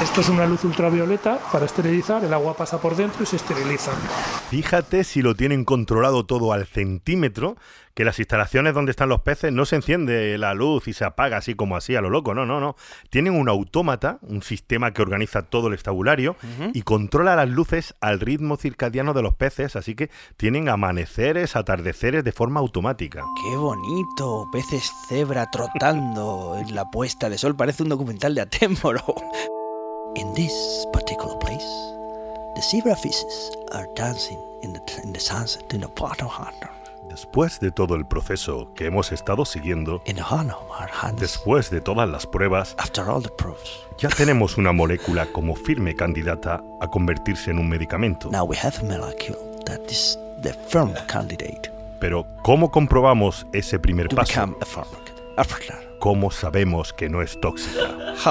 Esto es una luz ultravioleta para esterilizar, el agua pasa por dentro y se esteriliza. Fíjate si lo tienen controlado todo al centímetro, que las instalaciones donde están los peces no se enciende la luz y se apaga así como así a lo loco, no. Tienen un autómata, un sistema que organiza todo el estabulario y controla las luces al ritmo circadiano de los peces, así que tienen amaneceres, atardeceres de forma automática. ¡Qué bonito! Peces cebra trotando en la puesta de sol, parece un documental de Attenborough. In this particular place, the zebrafishes are dancing in the sunset in the bottom hunter. Después de todo el proceso que hemos estado siguiendo, después de todas las pruebas, ya tenemos una molécula como firme candidata a convertirse en un medicamento. Pero, ¿cómo comprobamos ese primer paso? ¿Cómo sabemos que no es tóxica?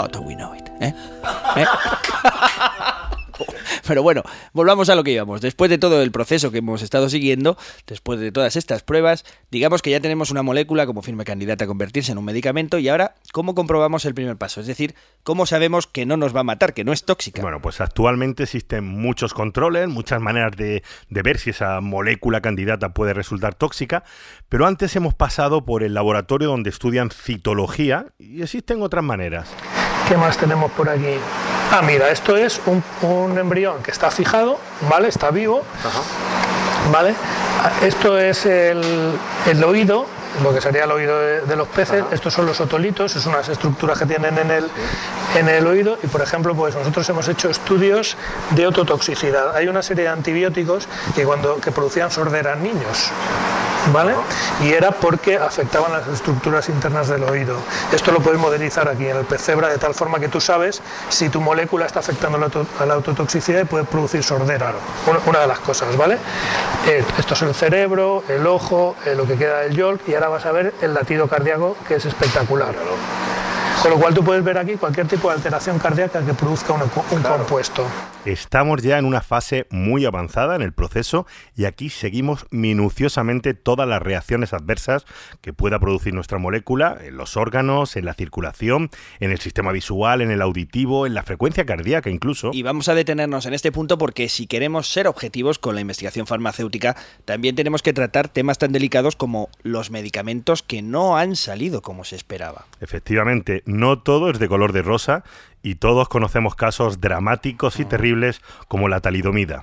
Pero bueno, volvamos a lo que íbamos. Después de todo el proceso que hemos estado siguiendo, después de todas estas pruebas, digamos que ya tenemos una molécula como firme candidata a convertirse en un medicamento y ahora, ¿cómo comprobamos el primer paso? Es decir, ¿cómo sabemos que no nos va a matar, que no es tóxica? Bueno, pues actualmente existen muchos controles, muchas maneras de ver si esa molécula candidata puede resultar tóxica, pero antes hemos pasado por el laboratorio donde estudian citología y existen otras maneras. ¿Qué más tenemos por aquí? Ah, mira, esto es un embrión que está fijado, ¿vale? Está vivo, ¿vale? Esto es el oído, lo que sería el oído de los peces. Estos son los otolitos, es unas estructuras que tienen en el oído y, por ejemplo, pues nosotros hemos hecho estudios de ototoxicidad. Hay una serie de antibióticos que producían sordera en niños, ¿vale? Y era porque afectaban las estructuras internas del oído. Esto lo puedes modelizar aquí en el pez cebra de tal forma que tú sabes si tu molécula está afectando a la ototoxicidad y puede producir sordera. Una de las cosas, ¿vale? Esto es el cerebro, el ojo, lo que queda del yolk y ahora vas a ver el latido cardíaco, que es espectacular. Con lo cual tú puedes ver aquí cualquier tipo de alteración cardíaca que produzca un compuesto. Estamos ya en una fase muy avanzada en el proceso y aquí seguimos minuciosamente todas las reacciones adversas que pueda producir nuestra molécula en los órganos, en la circulación, en el sistema visual, en el auditivo, en la frecuencia cardíaca incluso. Y vamos a detenernos en este punto porque si queremos ser objetivos con la investigación farmacéutica, también tenemos que tratar temas tan delicados como los medicamentos que no han salido como se esperaba. Efectivamente, no todo es de color de rosa y todos conocemos casos dramáticos y terribles como la talidomida.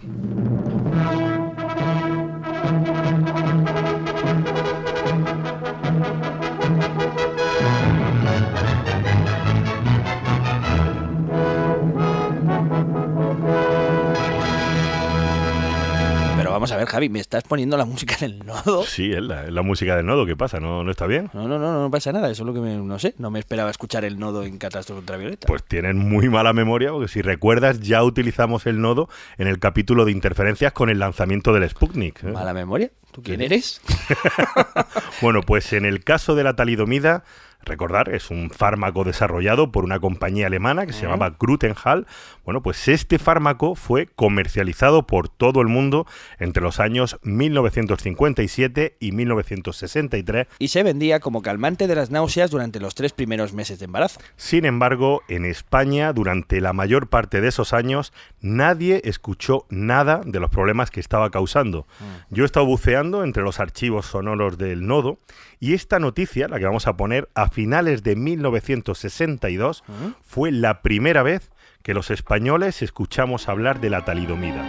Vamos a ver, Javi, ¿me estás poniendo la música del nodo? Sí, es la música del nodo. ¿Qué pasa? ¿No está bien? No pasa nada. Eso es lo que no sé. No me esperaba escuchar el nodo en Catástrofe Ultravioleta. Pues tienen muy mala memoria, porque si recuerdas, ya utilizamos el nodo en el capítulo de interferencias con el lanzamiento del Sputnik. ¿Mala memoria? ¿Tú quién eres? Bueno, pues en el caso de la talidomida, recordar, es un fármaco desarrollado por una compañía alemana que se llamaba Grütenhall. Bueno, pues este fármaco fue comercializado por todo el mundo entre los años 1957 y 1963. Y se vendía como calmante de las náuseas durante los 3 primeros meses de embarazo. Sin embargo, en España, durante la mayor parte de esos años, nadie escuchó nada de los problemas que estaba causando. Yo he estado buceando entre los archivos sonoros del nodo y esta noticia, la que vamos a poner, a finales de 1962, fue la primera vez que los españoles escuchamos hablar de la talidomida.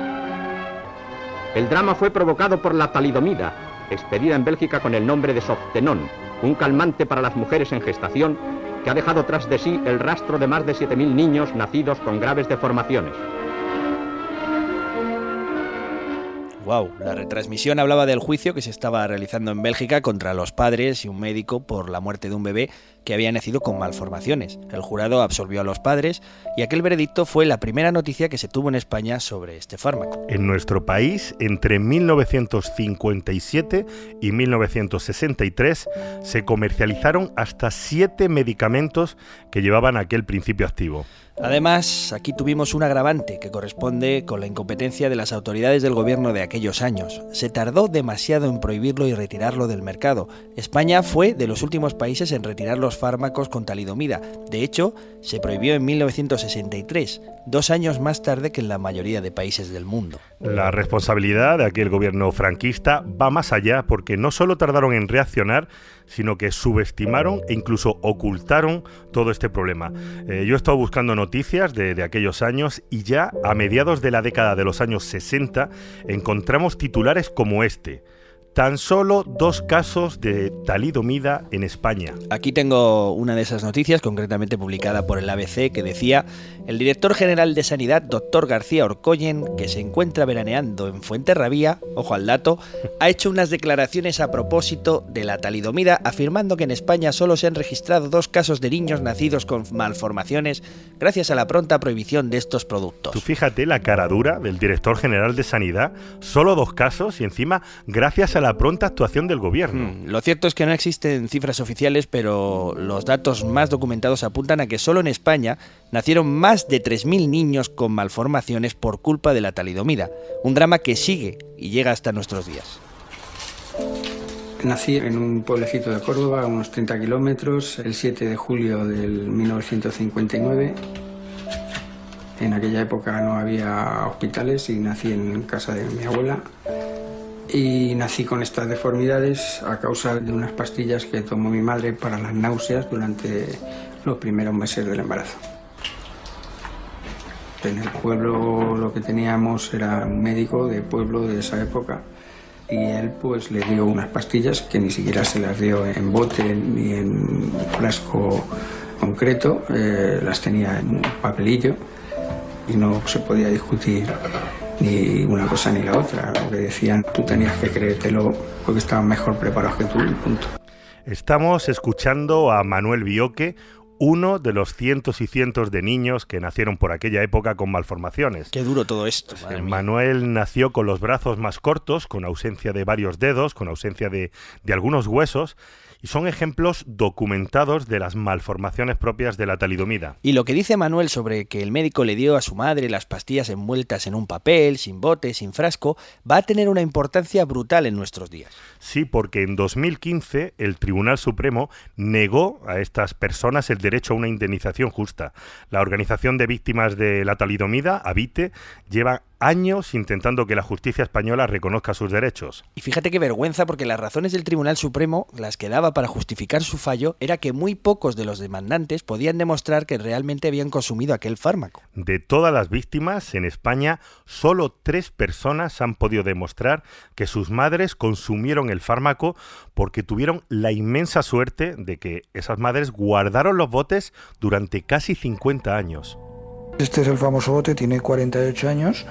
El drama fue provocado por la talidomida, expedida en Bélgica con el nombre de Softenón, un calmante para las mujeres en gestación que ha dejado tras de sí el rastro de más de 7.000 niños nacidos con graves deformaciones. Wow, la retransmisión hablaba del juicio que se estaba realizando en Bélgica contra los padres y un médico por la muerte de un bebé que había nacido con malformaciones. El jurado absolvió a los padres y aquel veredicto fue la primera noticia que se tuvo en España sobre este fármaco. En nuestro país, entre 1957 y 1963, se comercializaron hasta 7 medicamentos que llevaban aquel principio activo. Además, aquí tuvimos un agravante que corresponde con la incompetencia de las autoridades del gobierno de aquellos años. Se tardó demasiado en prohibirlo y retirarlo del mercado. España fue de los últimos países en retirar los los fármacos con talidomida. De hecho, se prohibió en 1963, 2 años más tarde que en la mayoría de países del mundo. La responsabilidad de aquel gobierno franquista va más allá porque no solo tardaron en reaccionar, sino que subestimaron e incluso ocultaron todo este problema. Yo he estado buscando noticias de aquellos años y ya a mediados de la década de los años 60 encontramos titulares como este: tan solo 2 casos de talidomida en España. Aquí tengo una de esas noticias, concretamente publicada por el ABC, que decía: el director general de Sanidad, doctor García Orcoyen, que se encuentra veraneando en Fuenterrabía, ojo al dato, ha hecho unas declaraciones a propósito de la talidomida, afirmando que en España solo se han registrado 2 casos de niños nacidos con malformaciones gracias a la pronta prohibición de estos productos. Tú fíjate la cara dura del director general de Sanidad, solo 2 casos y encima gracias a la pronta actuación del gobierno. Lo cierto es que no existen cifras oficiales, pero los datos más documentados apuntan a que solo en España nacieron más de 3.000 niños con malformaciones por culpa de la talidomida, un drama que sigue y llega hasta nuestros días. Nací en un pueblecito de Córdoba, a unos 30 kilómetros, el 7 de julio del 1959. En aquella época no había hospitales y nací en casa de mi abuela. Y nací con estas deformidades a causa de unas pastillas que tomó mi madre para las náuseas durante los primeros meses del embarazo. En el pueblo lo que teníamos era un médico de pueblo de esa época y él pues le dio unas pastillas que ni siquiera se las dio en bote ni en frasco concreto, las tenía en un papelillo y no se podía discutir ni una cosa ni la otra. Lo que decían, tú tenías que creértelo porque estaban mejor preparados que tú y punto. Estamos escuchando a Manuel Bioque, uno de los cientos y cientos de niños que nacieron por aquella época con malformaciones. Qué duro todo esto. Manuel nació con los brazos más cortos, con ausencia de varios dedos, con ausencia de algunos huesos, y son ejemplos documentados de las malformaciones propias de la talidomida. Y lo que dice Manuel sobre que el médico le dio a su madre las pastillas envueltas en un papel, sin bote, sin frasco, va a tener una importancia brutal en nuestros días. Sí, porque en 2015 el Tribunal Supremo negó a estas personas el derecho a una indemnización justa. La Organización de Víctimas de la Talidomida, AVITE, lleva años intentando que la justicia española reconozca sus derechos. Y fíjate qué vergüenza, porque las razones del Tribunal Supremo, las que daba para justificar su fallo, era que muy pocos de los demandantes podían demostrar que realmente habían consumido aquel fármaco. De todas las víctimas, en España, solo 3 personas han podido demostrar que sus madres consumieron el fármaco porque tuvieron la inmensa suerte de que esas madres guardaron los botes durante casi 50 años. Este es el famoso bote, tiene 48 años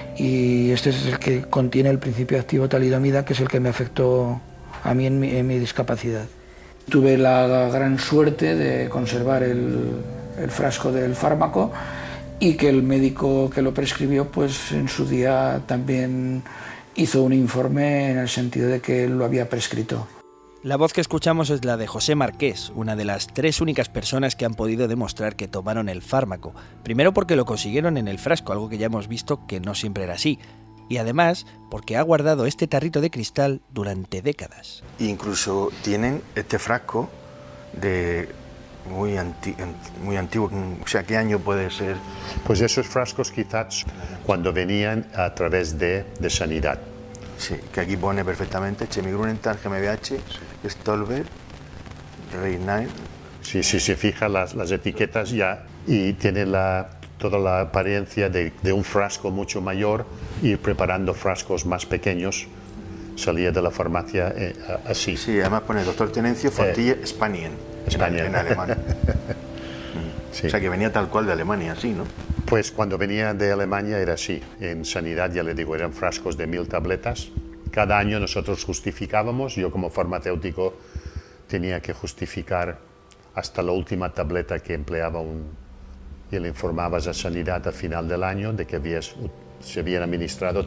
y este es el que contiene el principio activo talidomida, que es el que me afectó a mí en mi discapacidad. Tuve la gran suerte de conservar el frasco del fármaco y que el médico que lo prescribió pues en su día también hizo un informe en el sentido de que él lo había prescrito. La voz que escuchamos es la de José Marqués, una de las 3 únicas personas que han podido demostrar que tomaron el fármaco. Primero porque lo consiguieron en el frasco, algo que ya hemos visto que no siempre era así. Y además porque ha guardado este tarrito de cristal durante décadas. Incluso tienen este frasco de muy antiguo. O sea, ¿qué año puede ser? Pues esos frascos quizás cuando venían a través de Sanidad. Sí, que aquí pone perfectamente Chemigrunenthal GmbH, Stolberg, Reinheim. Sí, se fija las etiquetas ya y tiene toda la apariencia de un frasco mucho mayor, ir preparando frascos más pequeños. Salía de la farmacia así. Sí, además pone Dr. Tenencio Fontille Spanien en alemán. Sí. O sea que venía tal cual de Alemania, así, ¿no? Pues cuando venía de Alemania era así. En Sanidad, ya le digo, eran frascos de 1000 tabletas. Cada año nosotros justificábamos. Yo como farmacéutico tenía que justificar hasta la última tableta que empleaba y le informabas a Sanidad al final del año de que se habían administrado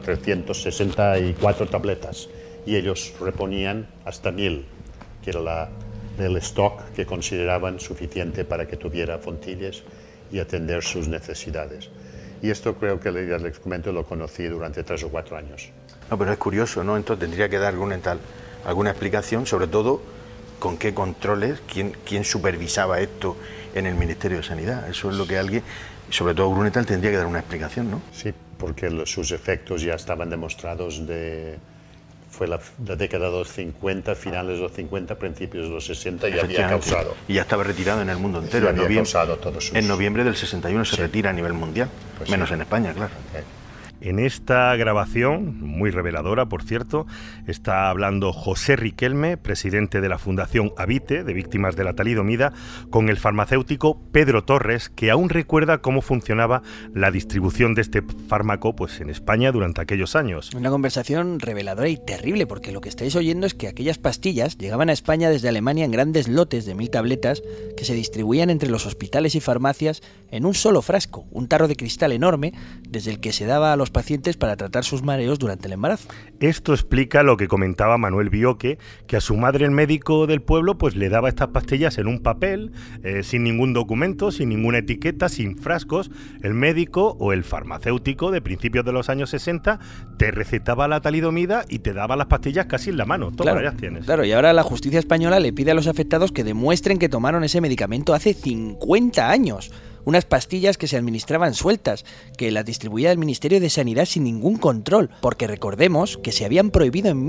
364 tabletas y ellos reponían hasta 1000, que era el stock que consideraban suficiente para que tuviera Fontilles y atender sus necesidades. Y esto creo que ya les comento, lo conocí durante 3 o 4 años. No, pero es curioso, ¿no? Entonces tendría que dar alguna explicación, sobre todo con qué controles, quién supervisaba esto en el Ministerio de Sanidad. Eso es lo que alguien, sobre todo Grunenthal, tendría que dar una explicación, ¿no? Sí, porque sus efectos ya estaban demostrados fue la década de los 50, finales de los 50, principios de los 60, y había causado. Y ya estaba retirado en el mundo entero. En noviembre del 61 se retira a nivel mundial, pues menos en España, claro. En esta grabación, muy reveladora, por cierto, está hablando José Riquelme, presidente de la Fundación Habite, de víctimas de la talidomida, con el farmacéutico Pedro Torres, que aún recuerda cómo funcionaba la distribución de este fármaco pues, en España durante aquellos años. Una conversación reveladora y terrible, porque lo que estáis oyendo es que aquellas pastillas llegaban a España desde Alemania en grandes lotes de 1000 tabletas que se distribuían entre los hospitales y farmacias en un solo frasco, un tarro de cristal enorme, desde el que se daba a los pacientes para tratar sus mareos durante el embarazo. Esto explica lo que comentaba Manuel Bioque, que a su madre el médico del pueblo pues le daba estas pastillas en un papel, sin ningún documento, sin ninguna etiqueta, sin frascos. El médico o el farmacéutico de principios de los años 60 te recetaba la talidomida y te daba las pastillas casi en la mano. Toma, claro, ya las tienes. Claro, y ahora la justicia española le pide a los afectados que demuestren que tomaron ese medicamento hace 50 años. Unas pastillas que se administraban sueltas, que las distribuía el Ministerio de Sanidad sin ningún control, porque recordemos que se habían prohibido en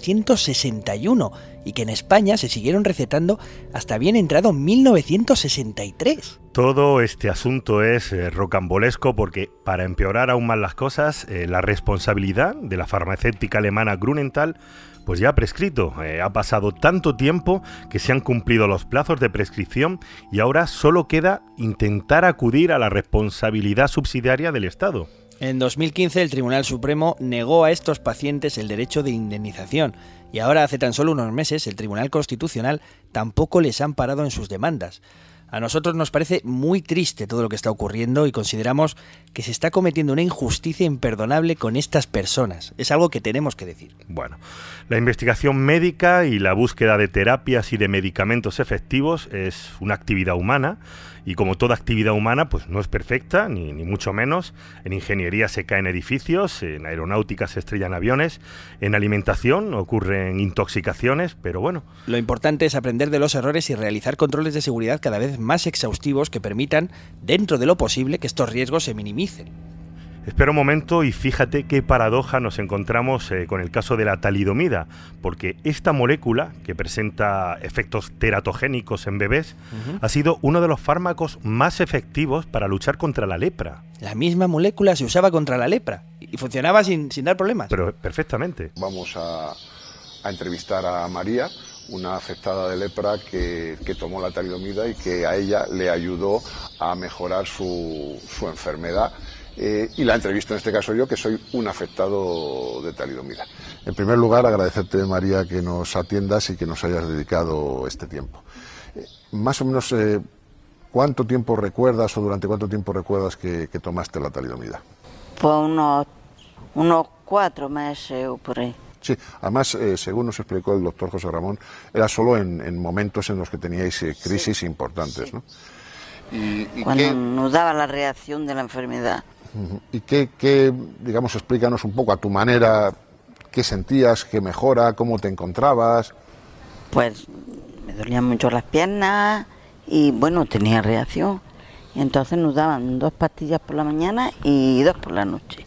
1961 y que en España se siguieron recetando hasta bien entrado 1963. Todo este asunto es rocambolesco porque, para empeorar aún más las cosas, la responsabilidad de la farmacéutica alemana Grunenthal pues ya ha prescrito. Ha pasado tanto tiempo que se han cumplido los plazos de prescripción y ahora solo queda intentar acudir a la responsabilidad subsidiaria del Estado. En 2015 el Tribunal Supremo negó a estos pacientes el derecho de indemnización y ahora hace tan solo unos meses el Tribunal Constitucional tampoco les ha amparado en sus demandas. A nosotros nos parece muy triste todo lo que está ocurriendo y consideramos que se está cometiendo una injusticia imperdonable con estas personas. Es algo que tenemos que decir. Bueno, la investigación médica y la búsqueda de terapias y de medicamentos efectivos es una actividad humana y, como toda actividad humana, pues no es perfecta, ni mucho menos. En ingeniería se caen edificios, en aeronáutica se estrellan aviones, en alimentación ocurren intoxicaciones, pero bueno. Lo importante es aprender de los errores y realizar controles de seguridad cada vez más exhaustivos que permitan, dentro de lo posible, que estos riesgos se minimicen. Espera un momento y fíjate qué paradoja nos encontramos con el caso de la talidomida, porque esta molécula, que presenta efectos teratogénicos en bebés, ha sido uno de los fármacos más efectivos para luchar contra la lepra. La misma molécula se usaba contra la lepra y funcionaba sin dar problemas. Pero perfectamente. Vamos a entrevistar a María, una afectada de lepra que tomó la talidomida y que a ella le ayudó a mejorar su enfermedad. Y la entrevisto en este caso yo, que soy un afectado de talidomida. En primer lugar, agradecerte, María, que nos atiendas y que nos hayas dedicado este tiempo. Más o menos, ¿cuánto tiempo recuerdas o durante cuánto tiempo recuerdas que tomaste la talidomida? Pues unos 4 meses o por ahí. Sí, además, según nos explicó el doctor José Ramón, era solo en momentos en los que teníais crisis importantes, ¿no? ¿Y cuando nos daba la reacción de la enfermedad. ¿Y qué, digamos, explícanos un poco a tu manera, qué sentías, qué mejora, cómo te encontrabas? Pues me dolían mucho las piernas y, bueno, tenía reacción. Y entonces nos daban 2 pastillas por la mañana y 2 por la noche.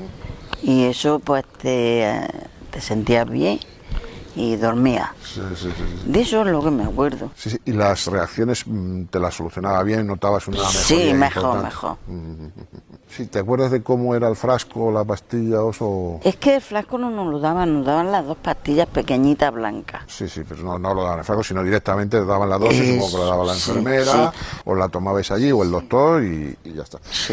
Y eso, pues, te sentías bien y dormía. Sí. De eso es lo que me acuerdo. Sí. ¿Y las reacciones te las solucionaba bien? ¿Notabas una mejoría? Sí, mejor. Sí, ¿te acuerdas de cómo era el frasco, la pastilla o...? Es que el frasco no nos lo daban, nos daban las 2 pastillas pequeñitas blancas. Sí, pero no lo daban el frasco, sino directamente daban la dosis, supongo que la daba la enfermera, o la tomabais allí, o el doctor, y ya está. Sí.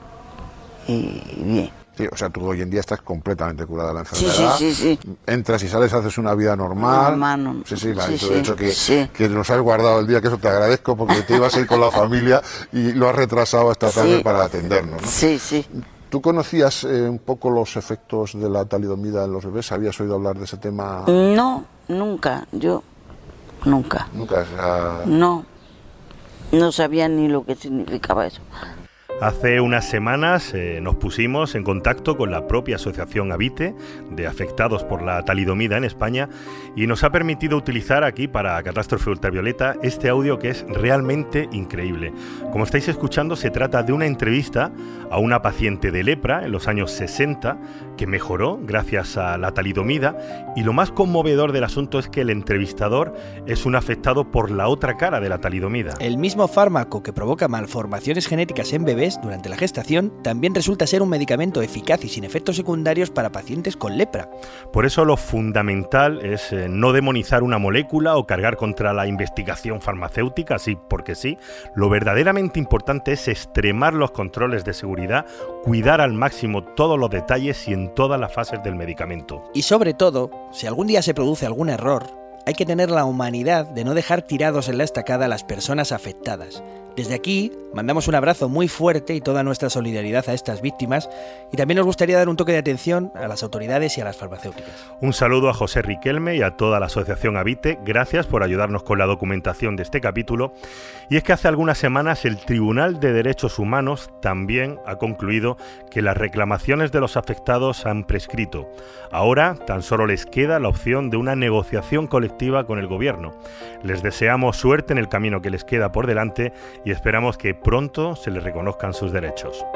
Y bien. Sí, o sea, tú hoy en día estás completamente curada de la enfermedad. Sí. Entras y sales, haces una vida normal. Sí, de hecho que nos has guardado el día, que eso te agradezco, porque te ibas a ir con la familia y lo has retrasado esta tarde para atendernos, ¿no? Sí. ¿Tú conocías un poco los efectos de la talidomida en los bebés? ¿Habías oído hablar de ese tema? No, nunca. Yo, nunca. ¿Nunca? No sabía ni lo que significaba eso. Hace unas semanas nos pusimos en contacto con la propia asociación Habite de afectados por la talidomida en España y nos ha permitido utilizar aquí para Catástrofe Ultravioleta este audio que es realmente increíble. Como estáis escuchando, se trata de una entrevista a una paciente de lepra en los años 60 que mejoró gracias a la talidomida, y lo más conmovedor del asunto es que el entrevistador es un afectado por la otra cara de la talidomida. El mismo fármaco que provoca malformaciones genéticas en bebés durante la gestación también resulta ser un medicamento eficaz y sin efectos secundarios para pacientes con lepra. Por eso lo fundamental es no demonizar una molécula o cargar contra la investigación farmacéutica, así porque sí. Lo verdaderamente importante es extremar los controles de seguridad, cuidar al máximo todos los detalles y en todas las fases del medicamento. Y sobre todo, si algún día se produce algún error, hay que tener la humanidad de no dejar tirados en la estacada a las personas afectadas. Desde aquí, mandamos un abrazo muy fuerte y toda nuestra solidaridad a estas víctimas, y también nos gustaría dar un toque de atención a las autoridades y a las farmacéuticas. Un saludo a José Riquelme y a toda la asociación Habite. Gracias por ayudarnos con la documentación de este capítulo. Y es que hace algunas semanas el Tribunal de Derechos Humanos también ha concluido que las reclamaciones de los afectados han prescrito. Ahora tan solo les queda la opción de una negociación colectiva con el gobierno. Les deseamos suerte en el camino que les queda por delante y esperamos que pronto se les reconozcan sus derechos.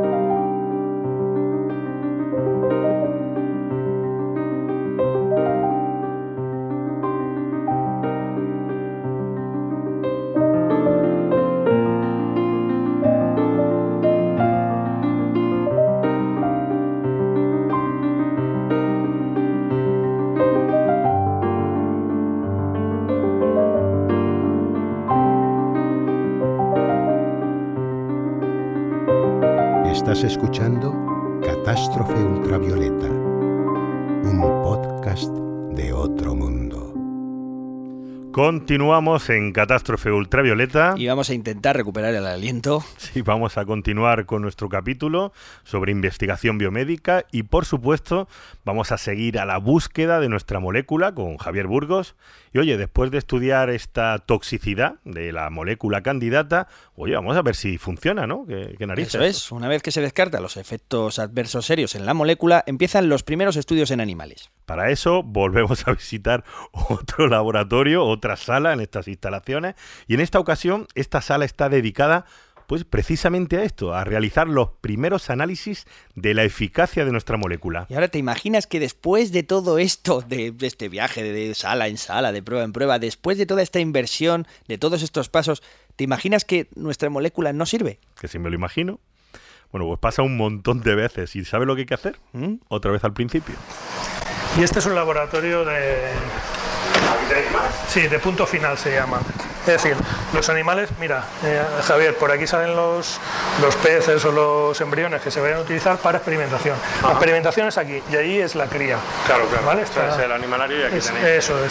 Estás escuchando Catástrofe Ultravioleta, un podcast de otro mundo. Continuamos en Catástrofe Ultravioleta. Y vamos a intentar recuperar el aliento. Sí, vamos a continuar con nuestro capítulo sobre investigación biomédica y, por supuesto, vamos a seguir a la búsqueda de nuestra molécula con Javier Burgos. Y, oye, después de estudiar esta toxicidad de la molécula candidata, oye, vamos a ver si funciona, ¿no? ¿Qué narices? Eso es. Una vez que se descartan los efectos adversos serios en la molécula, empiezan los primeros estudios en animales. Para eso volvemos a visitar otro laboratorio, otra sala en estas instalaciones, y en esta ocasión esta sala está dedicada pues precisamente a esto, a realizar los primeros análisis de la eficacia de nuestra molécula. Y ahora te imaginas que después de todo esto, de este viaje de sala en sala, de prueba en prueba, después de toda esta inversión, de todos estos pasos, ¿te imaginas que nuestra molécula no sirve? Que si me lo imagino. Bueno, pues pasa un montón de veces. ¿Y sabes lo que hay que hacer? Otra vez al principio. Y este es un laboratorio de... Sí, de punto final se llama. Es decir, los animales, mira, Javier, por aquí salen los peces o los embriones que se vayan a utilizar para experimentación. La experimentación es aquí y ahí es la cría. Claro. ¿Vale? Esto es el animalario y aquí tenéis. Eso es.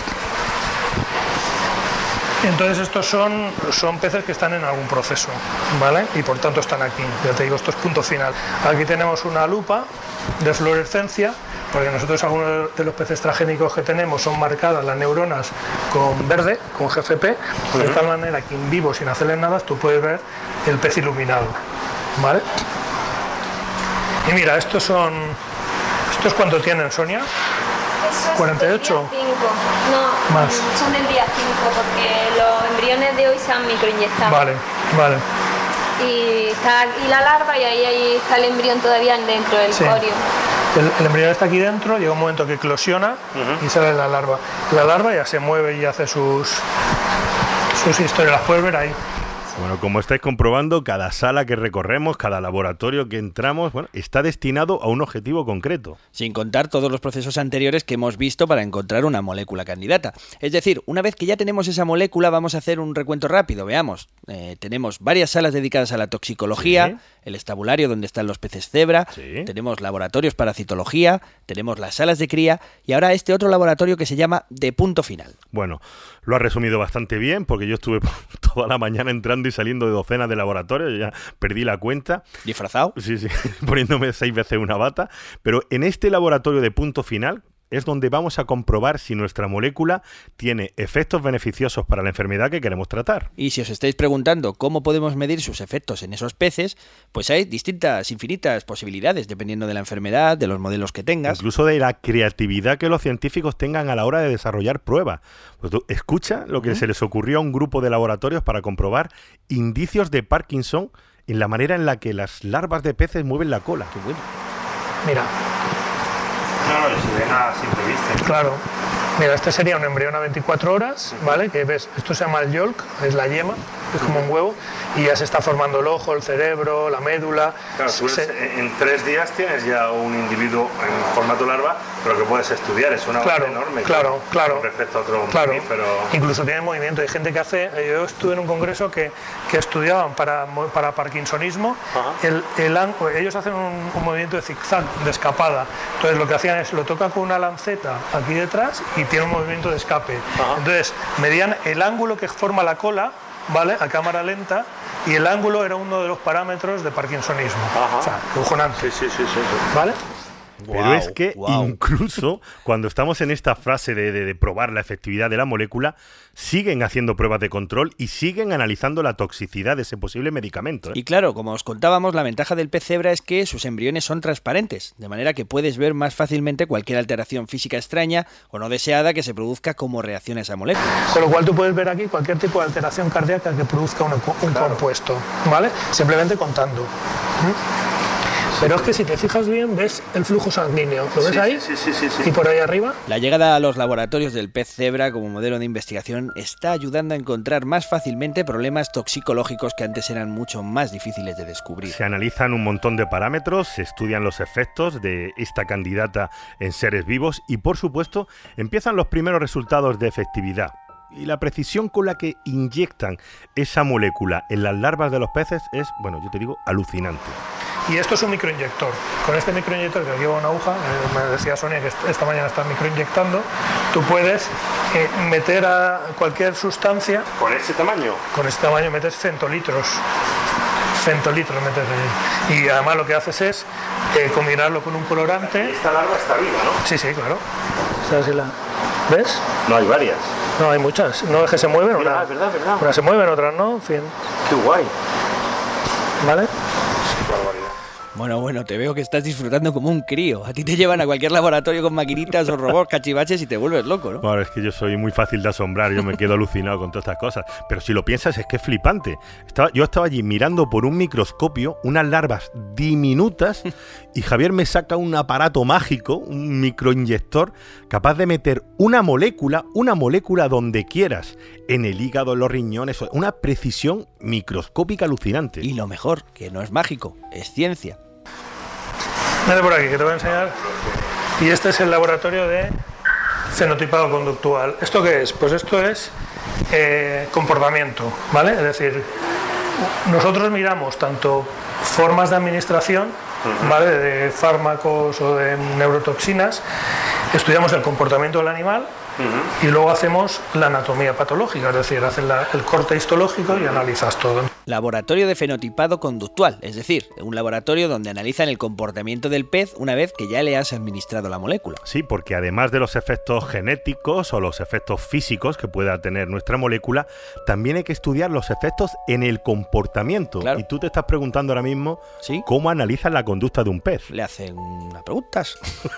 Entonces estos son peces que están en algún proceso, ¿vale? Y por tanto están aquí. Ya te digo, esto es punto final. Aquí tenemos una lupa de fluorescencia, porque nosotros algunos de los peces transgénicos que tenemos son marcadas las neuronas con verde, con GFP, de tal manera que en vivo, sin hacerle nada, tú puedes ver el pez iluminado, ¿vale? Y mira, ¿estos cuánto tienen, Sonia? 48. 5. No, más. Son del día 5 porque los embriones de hoy se han microinyectado. Vale. Y la larva, y ahí está el embrión todavía dentro del corio. El embrión está aquí dentro, llega un momento que eclosiona y sale la larva. La larva ya se mueve y hace sus historias, las puedes ver ahí. Bueno, como estáis comprobando, cada sala que recorremos, cada laboratorio que entramos, bueno, está destinado a un objetivo concreto. Sin contar todos los procesos anteriores que hemos visto para encontrar una molécula candidata. Es decir, una vez que ya tenemos esa molécula, vamos a hacer un recuento rápido. Veamos, tenemos varias salas dedicadas a la toxicología, el estabulario donde están los peces cebra, tenemos laboratorios para citología, tenemos las salas de cría y ahora este otro laboratorio que se llama de punto final. Bueno, lo has resumido bastante bien porque yo estuve toda la mañana entrando y saliendo de docenas de laboratorios, ya perdí la cuenta. ¿Disfrazado? Sí, poniéndome 6 veces una bata. Pero en este laboratorio de punto final, es donde vamos a comprobar si nuestra molécula tiene efectos beneficiosos para la enfermedad que queremos tratar. Y si os estáis preguntando cómo podemos medir sus efectos en esos peces, pues hay distintas, infinitas posibilidades, dependiendo de la enfermedad, de los modelos que tengas. Incluso de la creatividad que los científicos tengan a la hora de desarrollar pruebas. Pues tú escucha lo que se les ocurrió a un grupo de laboratorios para comprobar indicios de Parkinson en la manera en la que las larvas de peces mueven la cola. Qué bueno. Mira. No, si ven a simple vista. Claro. Mira, este sería un embrión a 24 horas, ¿vale? Que ves, esto se llama el yolk, es la yema, es como un huevo, y ya se está formando el ojo, el cerebro, la médula. Claro, tú en 3 días tienes ya un individuo en formato larva, pero que puedes estudiar, es una base enorme. Claro. Con respecto a otro mamífero. Incluso tiene movimiento, hay gente que hace, yo estuve en un congreso que estudiaban para parkinsonismo, ellos hacen un movimiento de zigzag, de escapada, entonces lo que hacían es, lo tocan con una lanceta aquí detrás y tiene un movimiento de escape. Entonces medían el ángulo que forma la cola, ¿vale?, a cámara lenta, y el ángulo era uno de los parámetros de parkinsonismo. O sea, cojonante. Sí. ¿Vale? Pero es que incluso cuando estamos en esta fase de probar la efectividad de la molécula, siguen haciendo pruebas de control y siguen analizando la toxicidad de ese posible medicamento. Y claro, como os contábamos, la ventaja del pez cebra es que sus embriones son transparentes, de manera que puedes ver más fácilmente cualquier alteración física extraña o no deseada que se produzca como reacción a esa molécula. Con lo cual tú puedes ver aquí cualquier tipo de alteración cardíaca que produzca un compuesto, ¿vale? Simplemente contando. Pero es que si te fijas bien, ves el flujo sanguíneo. ¿Lo ves ahí? Sí. ¿Y por ahí arriba? La llegada a los laboratorios del pez cebra como modelo de investigación está ayudando a encontrar más fácilmente problemas toxicológicos que antes eran mucho más difíciles de descubrir. Se analizan un montón de parámetros, se estudian los efectos de esta candidata en seres vivos y, por supuesto, empiezan los primeros resultados de efectividad. Y la precisión con la que inyectan esa molécula en las larvas de los peces es, bueno, yo te digo, alucinante. Y esto es un microinyector. Con este microinyector que lleva una aguja, me decía Sonia que esta mañana está microinyectando, tú puedes meter a cualquier sustancia. ¿Con ese tamaño? Con este tamaño metes centolitros metes ahí. Y además lo que haces es combinarlo con un colorante. Esta larva está viva, ¿no? Sí, claro. O sea, si ¿ves? No, hay varias. No, hay muchas. No es que se mueven, mira, es verdad. Unas se mueven, otras no, en fin. Qué guay. ¿Vale? Bueno, te veo que estás disfrutando como un crío. A ti te llevan a cualquier laboratorio con maquinitas o robots, cachivaches y te vuelves loco, ¿no? Bueno, es que yo soy muy fácil de asombrar, yo me quedo alucinado con todas estas cosas. Pero si lo piensas, es que es flipante. Yo estaba allí mirando por un microscopio unas larvas diminutas y Javier me saca un aparato mágico, un microinyector, capaz de meter una molécula donde quieras, en el hígado, en los riñones, una precisión microscópica alucinante. Y lo mejor, que no es mágico, es ciencia. Dale por aquí, que te voy a enseñar. Y este es el laboratorio de fenotipado conductual. ¿Esto qué es? Pues esto es comportamiento, ¿vale? Es decir, nosotros miramos tanto formas de administración, ¿vale?, de fármacos o de neurotoxinas, estudiamos el comportamiento del animal y luego hacemos la anatomía patológica, es decir, haces el corte histológico y analizas todo. Laboratorio de fenotipado conductual, es decir, un laboratorio donde analizan el comportamiento del pez una vez que ya le has administrado la molécula. Sí, porque además de los efectos genéticos o los efectos físicos que pueda tener nuestra molécula, también hay que estudiar los efectos en el comportamiento. Claro. Y tú te estás preguntando ahora mismo, ¿sí?, ¿cómo analizan la conducta de un pez? Le hacen unas preguntas.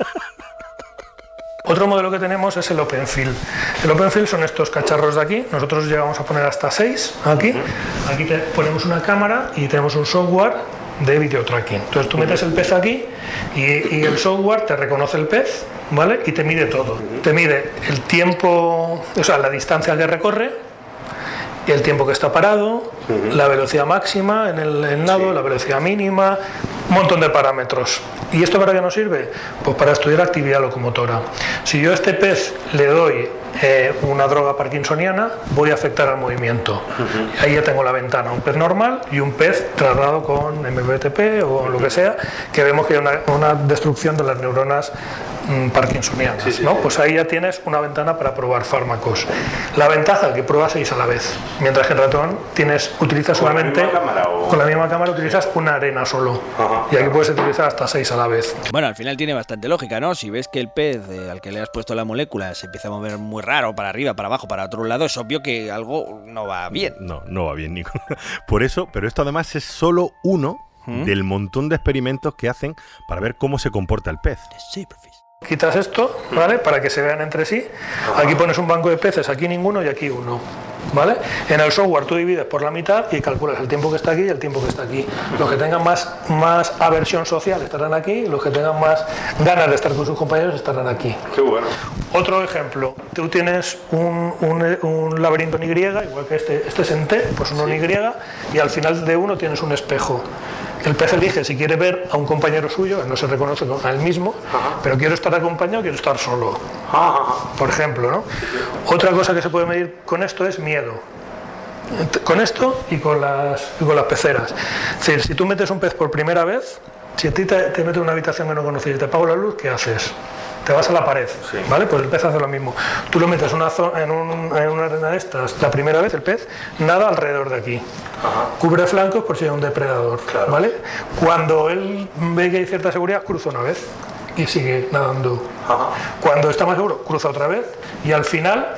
Otro modelo que tenemos es el OpenField. El OpenField son estos cacharros de aquí. Nosotros llegamos a poner hasta 6 aquí. Aquí ponemos una cámara y tenemos un software de video tracking. Entonces tú metes el pez aquí y el software te reconoce el pez, ¿vale?, y te mide todo. Te mide el tiempo, o sea, la distancia que recorre, el tiempo que está parado, la velocidad máxima en el nado, la velocidad mínima, un montón de parámetros. ¿Y esto para qué nos sirve? Pues para estudiar actividad locomotora. Si yo a este pez le doy una droga parkinsoniana, voy a afectar al movimiento. Ahí ya tengo la ventana, un pez normal y un pez tratado con MBTP o lo que sea, que vemos que hay una destrucción de las neuronas parkinsonianas, ¿no? Pues ahí ya tienes una ventana para probar fármacos. La ventaja es que pruebas 6 a la vez, mientras que en ratón utilizas solamente con la misma cámara utilizas una arena solo. Y aquí puedes utilizar hasta 6 a la vez. Bueno, al final tiene bastante lógica, ¿no? Si ves que el pez al que le has puesto la molécula se empieza a mover muy raro, para arriba, para abajo, para otro lado, es obvio que algo no va bien. No va bien, Nico. Por eso, pero esto además es solo uno del montón de experimentos que hacen para ver cómo se comporta el pez. Quitas esto, ¿vale? Para que se vean entre sí. Aquí pones un banco de peces, aquí ninguno y aquí uno, ¿vale? En el software tú divides por la mitad y calculas el tiempo que está aquí y el tiempo que está aquí. Los que tengan más aversión social estarán aquí, los que tengan más ganas de estar con sus compañeros estarán aquí. Qué bueno. Otro ejemplo, tú tienes un laberinto en Y, igual que este es en T, pues uno en Y, y al final de uno tienes un espejo. El pez elige si quiere ver a un compañero suyo, no se reconoce con él mismo, pero quiero estar acompañado, quiero estar solo, por ejemplo, ¿no? Otra cosa que se puede medir con esto es miedo. Con esto y con las peceras. Es decir, si tú metes un pez por primera vez, si a ti te metes en una habitación que no conoces y te apago la luz, ¿qué haces? Te vas a la pared, ¿vale? Pues el pez hace lo mismo. Tú lo metes en una arena de estas, la primera vez el pez nada alrededor de aquí. Cubre flancos por si hay un depredador, ¿vale? Cuando él ve que hay cierta seguridad, cruza una vez y sigue nadando. Cuando está más seguro, cruza otra vez y al final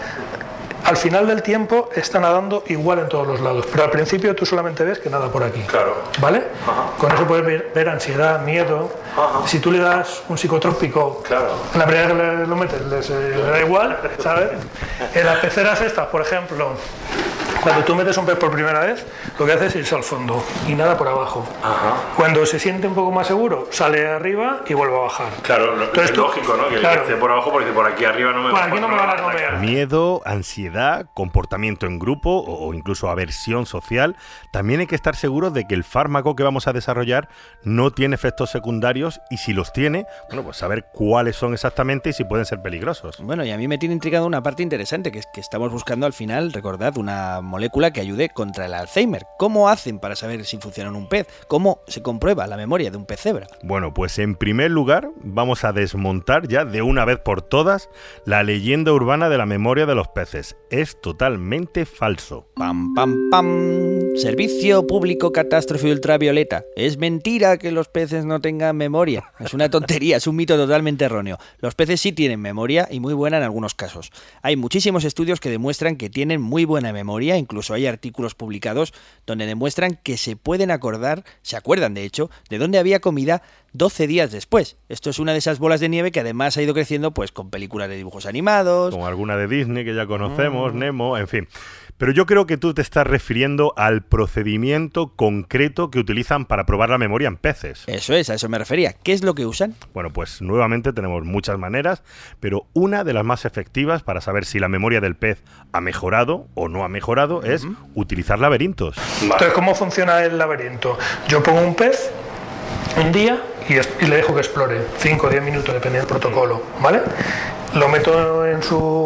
del tiempo está nadando igual en todos los lados, pero al principio tú solamente ves que nada por aquí, ¿vale? Con eso puedes ver ansiedad, miedo. Si tú le das un psicotrópico, en la primera que lo metes le da igual, ¿sabes? En las peceras estas, por ejemplo, cuando tú metes un pez por primera vez, lo que hace es irse al fondo y nada por abajo. Cuando se siente un poco más seguro, sale arriba y vuelve a bajar. Claro, entonces, es lógico, ¿no? Que esté por abajo porque por aquí arriba no me van a comer. Miedo, ansiedad, comportamiento en grupo o incluso aversión social. También hay que estar seguros de que el fármaco que vamos a desarrollar no tiene efectos secundarios y si los tiene, bueno, pues saber cuáles son exactamente y si pueden ser peligrosos. Bueno, y a mí me tiene intrigado una parte interesante, que es que estamos buscando al final, recordad, una molécula que ayude contra el Alzheimer. ¿Cómo hacen para saber si funciona en un pez? ¿Cómo se comprueba la memoria de un pez cebra? Bueno, pues en primer lugar vamos a desmontar ya de una vez por todas la leyenda urbana de la memoria de los peces. Es totalmente falso. ¡Pam, pam, pam! Servicio Público Catástrofe Ultravioleta. Es mentira que los peces no tengan memoria. Es una tontería, es un mito totalmente erróneo. Los peces sí tienen memoria y muy buena en algunos casos. Hay muchísimos estudios que demuestran que tienen muy buena memoria, incluso hay artículos publicados donde demuestran que se acuerdan de hecho, de dónde había comida 12 días después. Esto es una de esas bolas de nieve que además ha ido creciendo pues con películas de dibujos animados. Como alguna de Disney que ya conocemos, Nemo, en fin. Pero yo creo que tú te estás refiriendo al procedimiento concreto que utilizan para probar la memoria en peces. Eso es, a eso me refería. ¿Qué es lo que usan? Bueno, pues nuevamente tenemos muchas maneras, pero una de las más efectivas para saber si la memoria del pez ha mejorado o no ha mejorado es utilizar laberintos. Entonces, ¿cómo funciona el laberinto? Yo pongo un pez un día y le dejo que explore 5 o 10 minutos, depende del protocolo, ¿vale? Lo meto en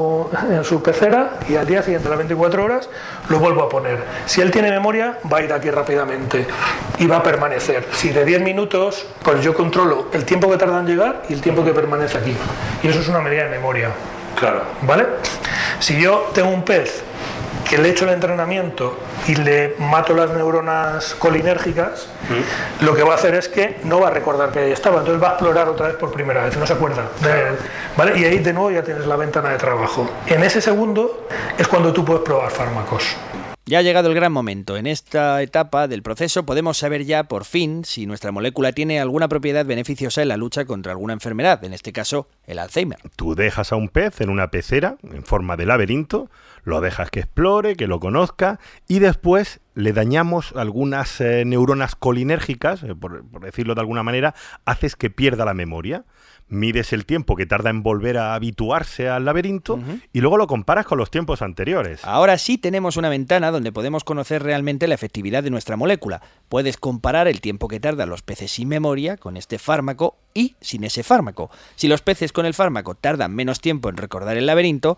su pecera y al día siguiente, a las 24 horas, lo vuelvo a poner. Si él tiene memoria, va a ir aquí rápidamente y va a permanecer. Si de 10 minutos, pues yo controlo el tiempo que tarda en llegar y el tiempo que permanece aquí. Y eso es una medida de memoria. Claro. ¿Vale? Si yo tengo un pez que le echo el entrenamiento y le mato las neuronas colinérgicas, lo que va a hacer es que no va a recordar que ahí estaba, entonces va a explorar otra vez por primera vez, no se acuerda de él, ¿vale? Y ahí de nuevo ya tienes la ventana de trabajo. En ese segundo es cuando tú puedes probar fármacos. Ya ha llegado el gran momento. En esta etapa del proceso podemos saber ya, por fin, si nuestra molécula tiene alguna propiedad beneficiosa en la lucha contra alguna enfermedad, en este caso, el Alzheimer. Tú dejas a un pez en una pecera, en forma de laberinto, lo dejas que explore, que lo conozca, y después le dañamos algunas neuronas colinérgicas, por decirlo de alguna manera, haces que pierda la memoria. Mides el tiempo que tarda en volver a habituarse al laberinto y luego lo comparas con los tiempos anteriores. Ahora sí tenemos una ventana donde podemos conocer realmente la efectividad de nuestra molécula. Puedes comparar el tiempo que tardan los peces sin memoria con este fármaco y sin ese fármaco. Si los peces con el fármaco tardan menos tiempo en recordar el laberinto,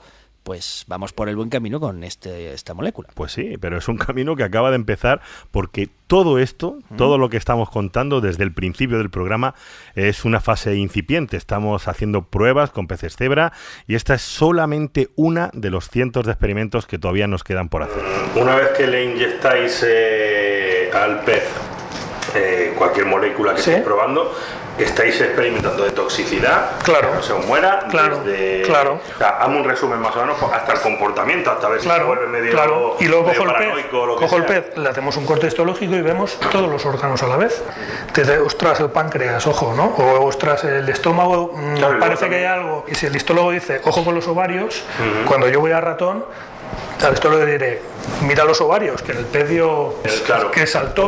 pues vamos por el buen camino con esta molécula. Pues sí, pero es un camino que acaba de empezar porque todo esto, todo lo que estamos contando desde el principio del programa es una fase incipiente. Estamos haciendo pruebas con peces cebra y esta es solamente una de los cientos de experimentos que todavía nos quedan por hacer. Una vez que le inyectáis al pez cualquier molécula que estéis probando, estáis experimentando de toxicidad, claro, que no se os muera, claro, desde... claro. O sea, hazme un resumen más o menos hasta el comportamiento, hasta ver si se vuelve medio, claro. Y luego cojo paranoico, el pez, le hacemos un corte histológico y vemos todos los órganos a la vez. Ostras, el páncreas, ojo, ¿no? O ostras, el estómago, claro, parece que hay algo. Y si el histólogo dice, ojo con los ovarios, cuando yo voy a ratón, al histólogo le diré, mira los ovarios, que el pez dio, claro, que saltó.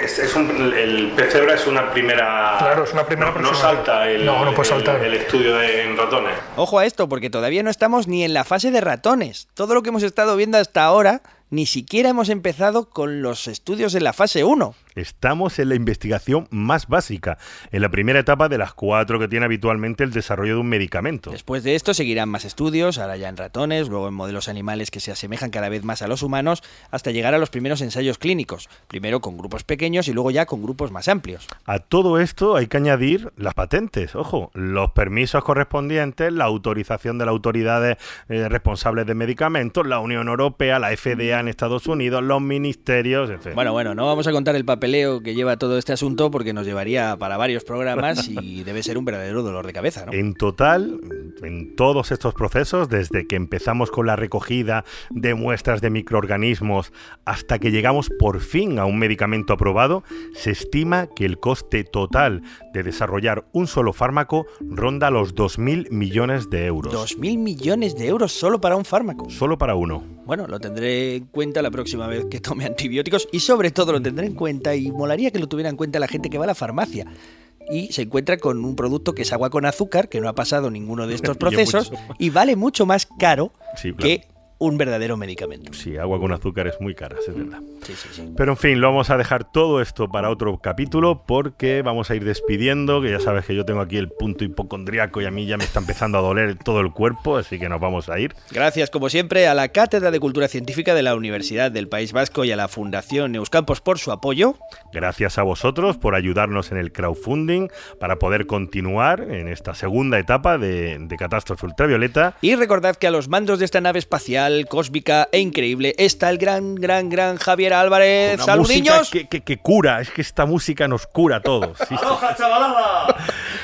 El pez cebra es una primera... Claro, es una primera no salta no puede saltar el estudio en ratones. Ojo a esto, porque todavía no estamos ni en la fase de ratones. Todo lo que hemos estado viendo hasta ahora, ni siquiera hemos empezado con los estudios en la fase 1. Estamos en la investigación más básica, en la primera etapa de las 4 que tiene habitualmente el desarrollo de un medicamento. Después de esto seguirán más estudios, ahora ya en ratones, luego en modelos animales que se asemejan cada vez más a los humanos, hasta llegar a los primeros ensayos clínicos, primero con grupos pequeños y luego ya con grupos más amplios. A todo esto hay que añadir las patentes, ojo, los permisos correspondientes, la autorización de las autoridades responsables de medicamentos, la Unión Europea, la FDA en Estados Unidos, los ministerios, etc. Bueno, no vamos a contar el papeleo que lleva todo este asunto porque nos llevaría para varios programas y debe ser un verdadero dolor de cabeza, ¿no? En total, en todos estos procesos, desde que empezamos con la recogida de muestras de microorganismos hasta que llegamos por fin a un medicamento aprobado, se estima que el coste total de desarrollar un solo fármaco ronda los 2.000 millones de euros. 2.000 millones de euros solo para un fármaco. Solo para uno. Bueno, lo tendré en cuenta la próxima vez que tome antibióticos y sobre todo lo tendré en cuenta y molaría que lo tuviera en cuenta la gente que va a la farmacia y se encuentra con un producto que es agua con azúcar, que no ha pasado ninguno de estos procesos y vale mucho más caro que un verdadero medicamento. Sí, agua con azúcar es muy cara, es verdad. Sí. Pero en fin, lo vamos a dejar todo esto para otro capítulo porque vamos a ir despidiendo, que ya sabes que yo tengo aquí el punto hipocondríaco y a mí ya me está empezando a doler todo el cuerpo, así que nos vamos a ir. Gracias, como siempre, a la Cátedra de Cultura Científica de la Universidad del País Vasco y a la Fundación Euskampos por su apoyo. Gracias a vosotros por ayudarnos en el crowdfunding para poder continuar en esta segunda etapa de Catástrofe Ultravioleta. Y recordad que a los mandos de esta nave espacial cósmica e increíble está el gran Javier Álvarez. Una ¡Saludiños! Que cura, es que esta música nos cura a todos. Sí. ¡Aloha, chavalada!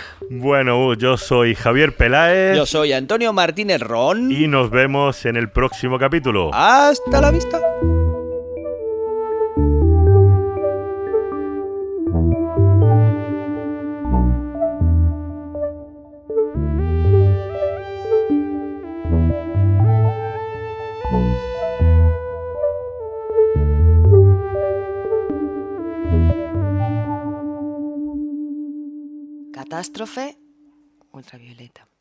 Bueno, yo soy Javier Peláez. Yo soy Antonio Martínez Ron. Y nos vemos en el próximo capítulo. ¡Hasta la vista! Catástrofe ultravioleta.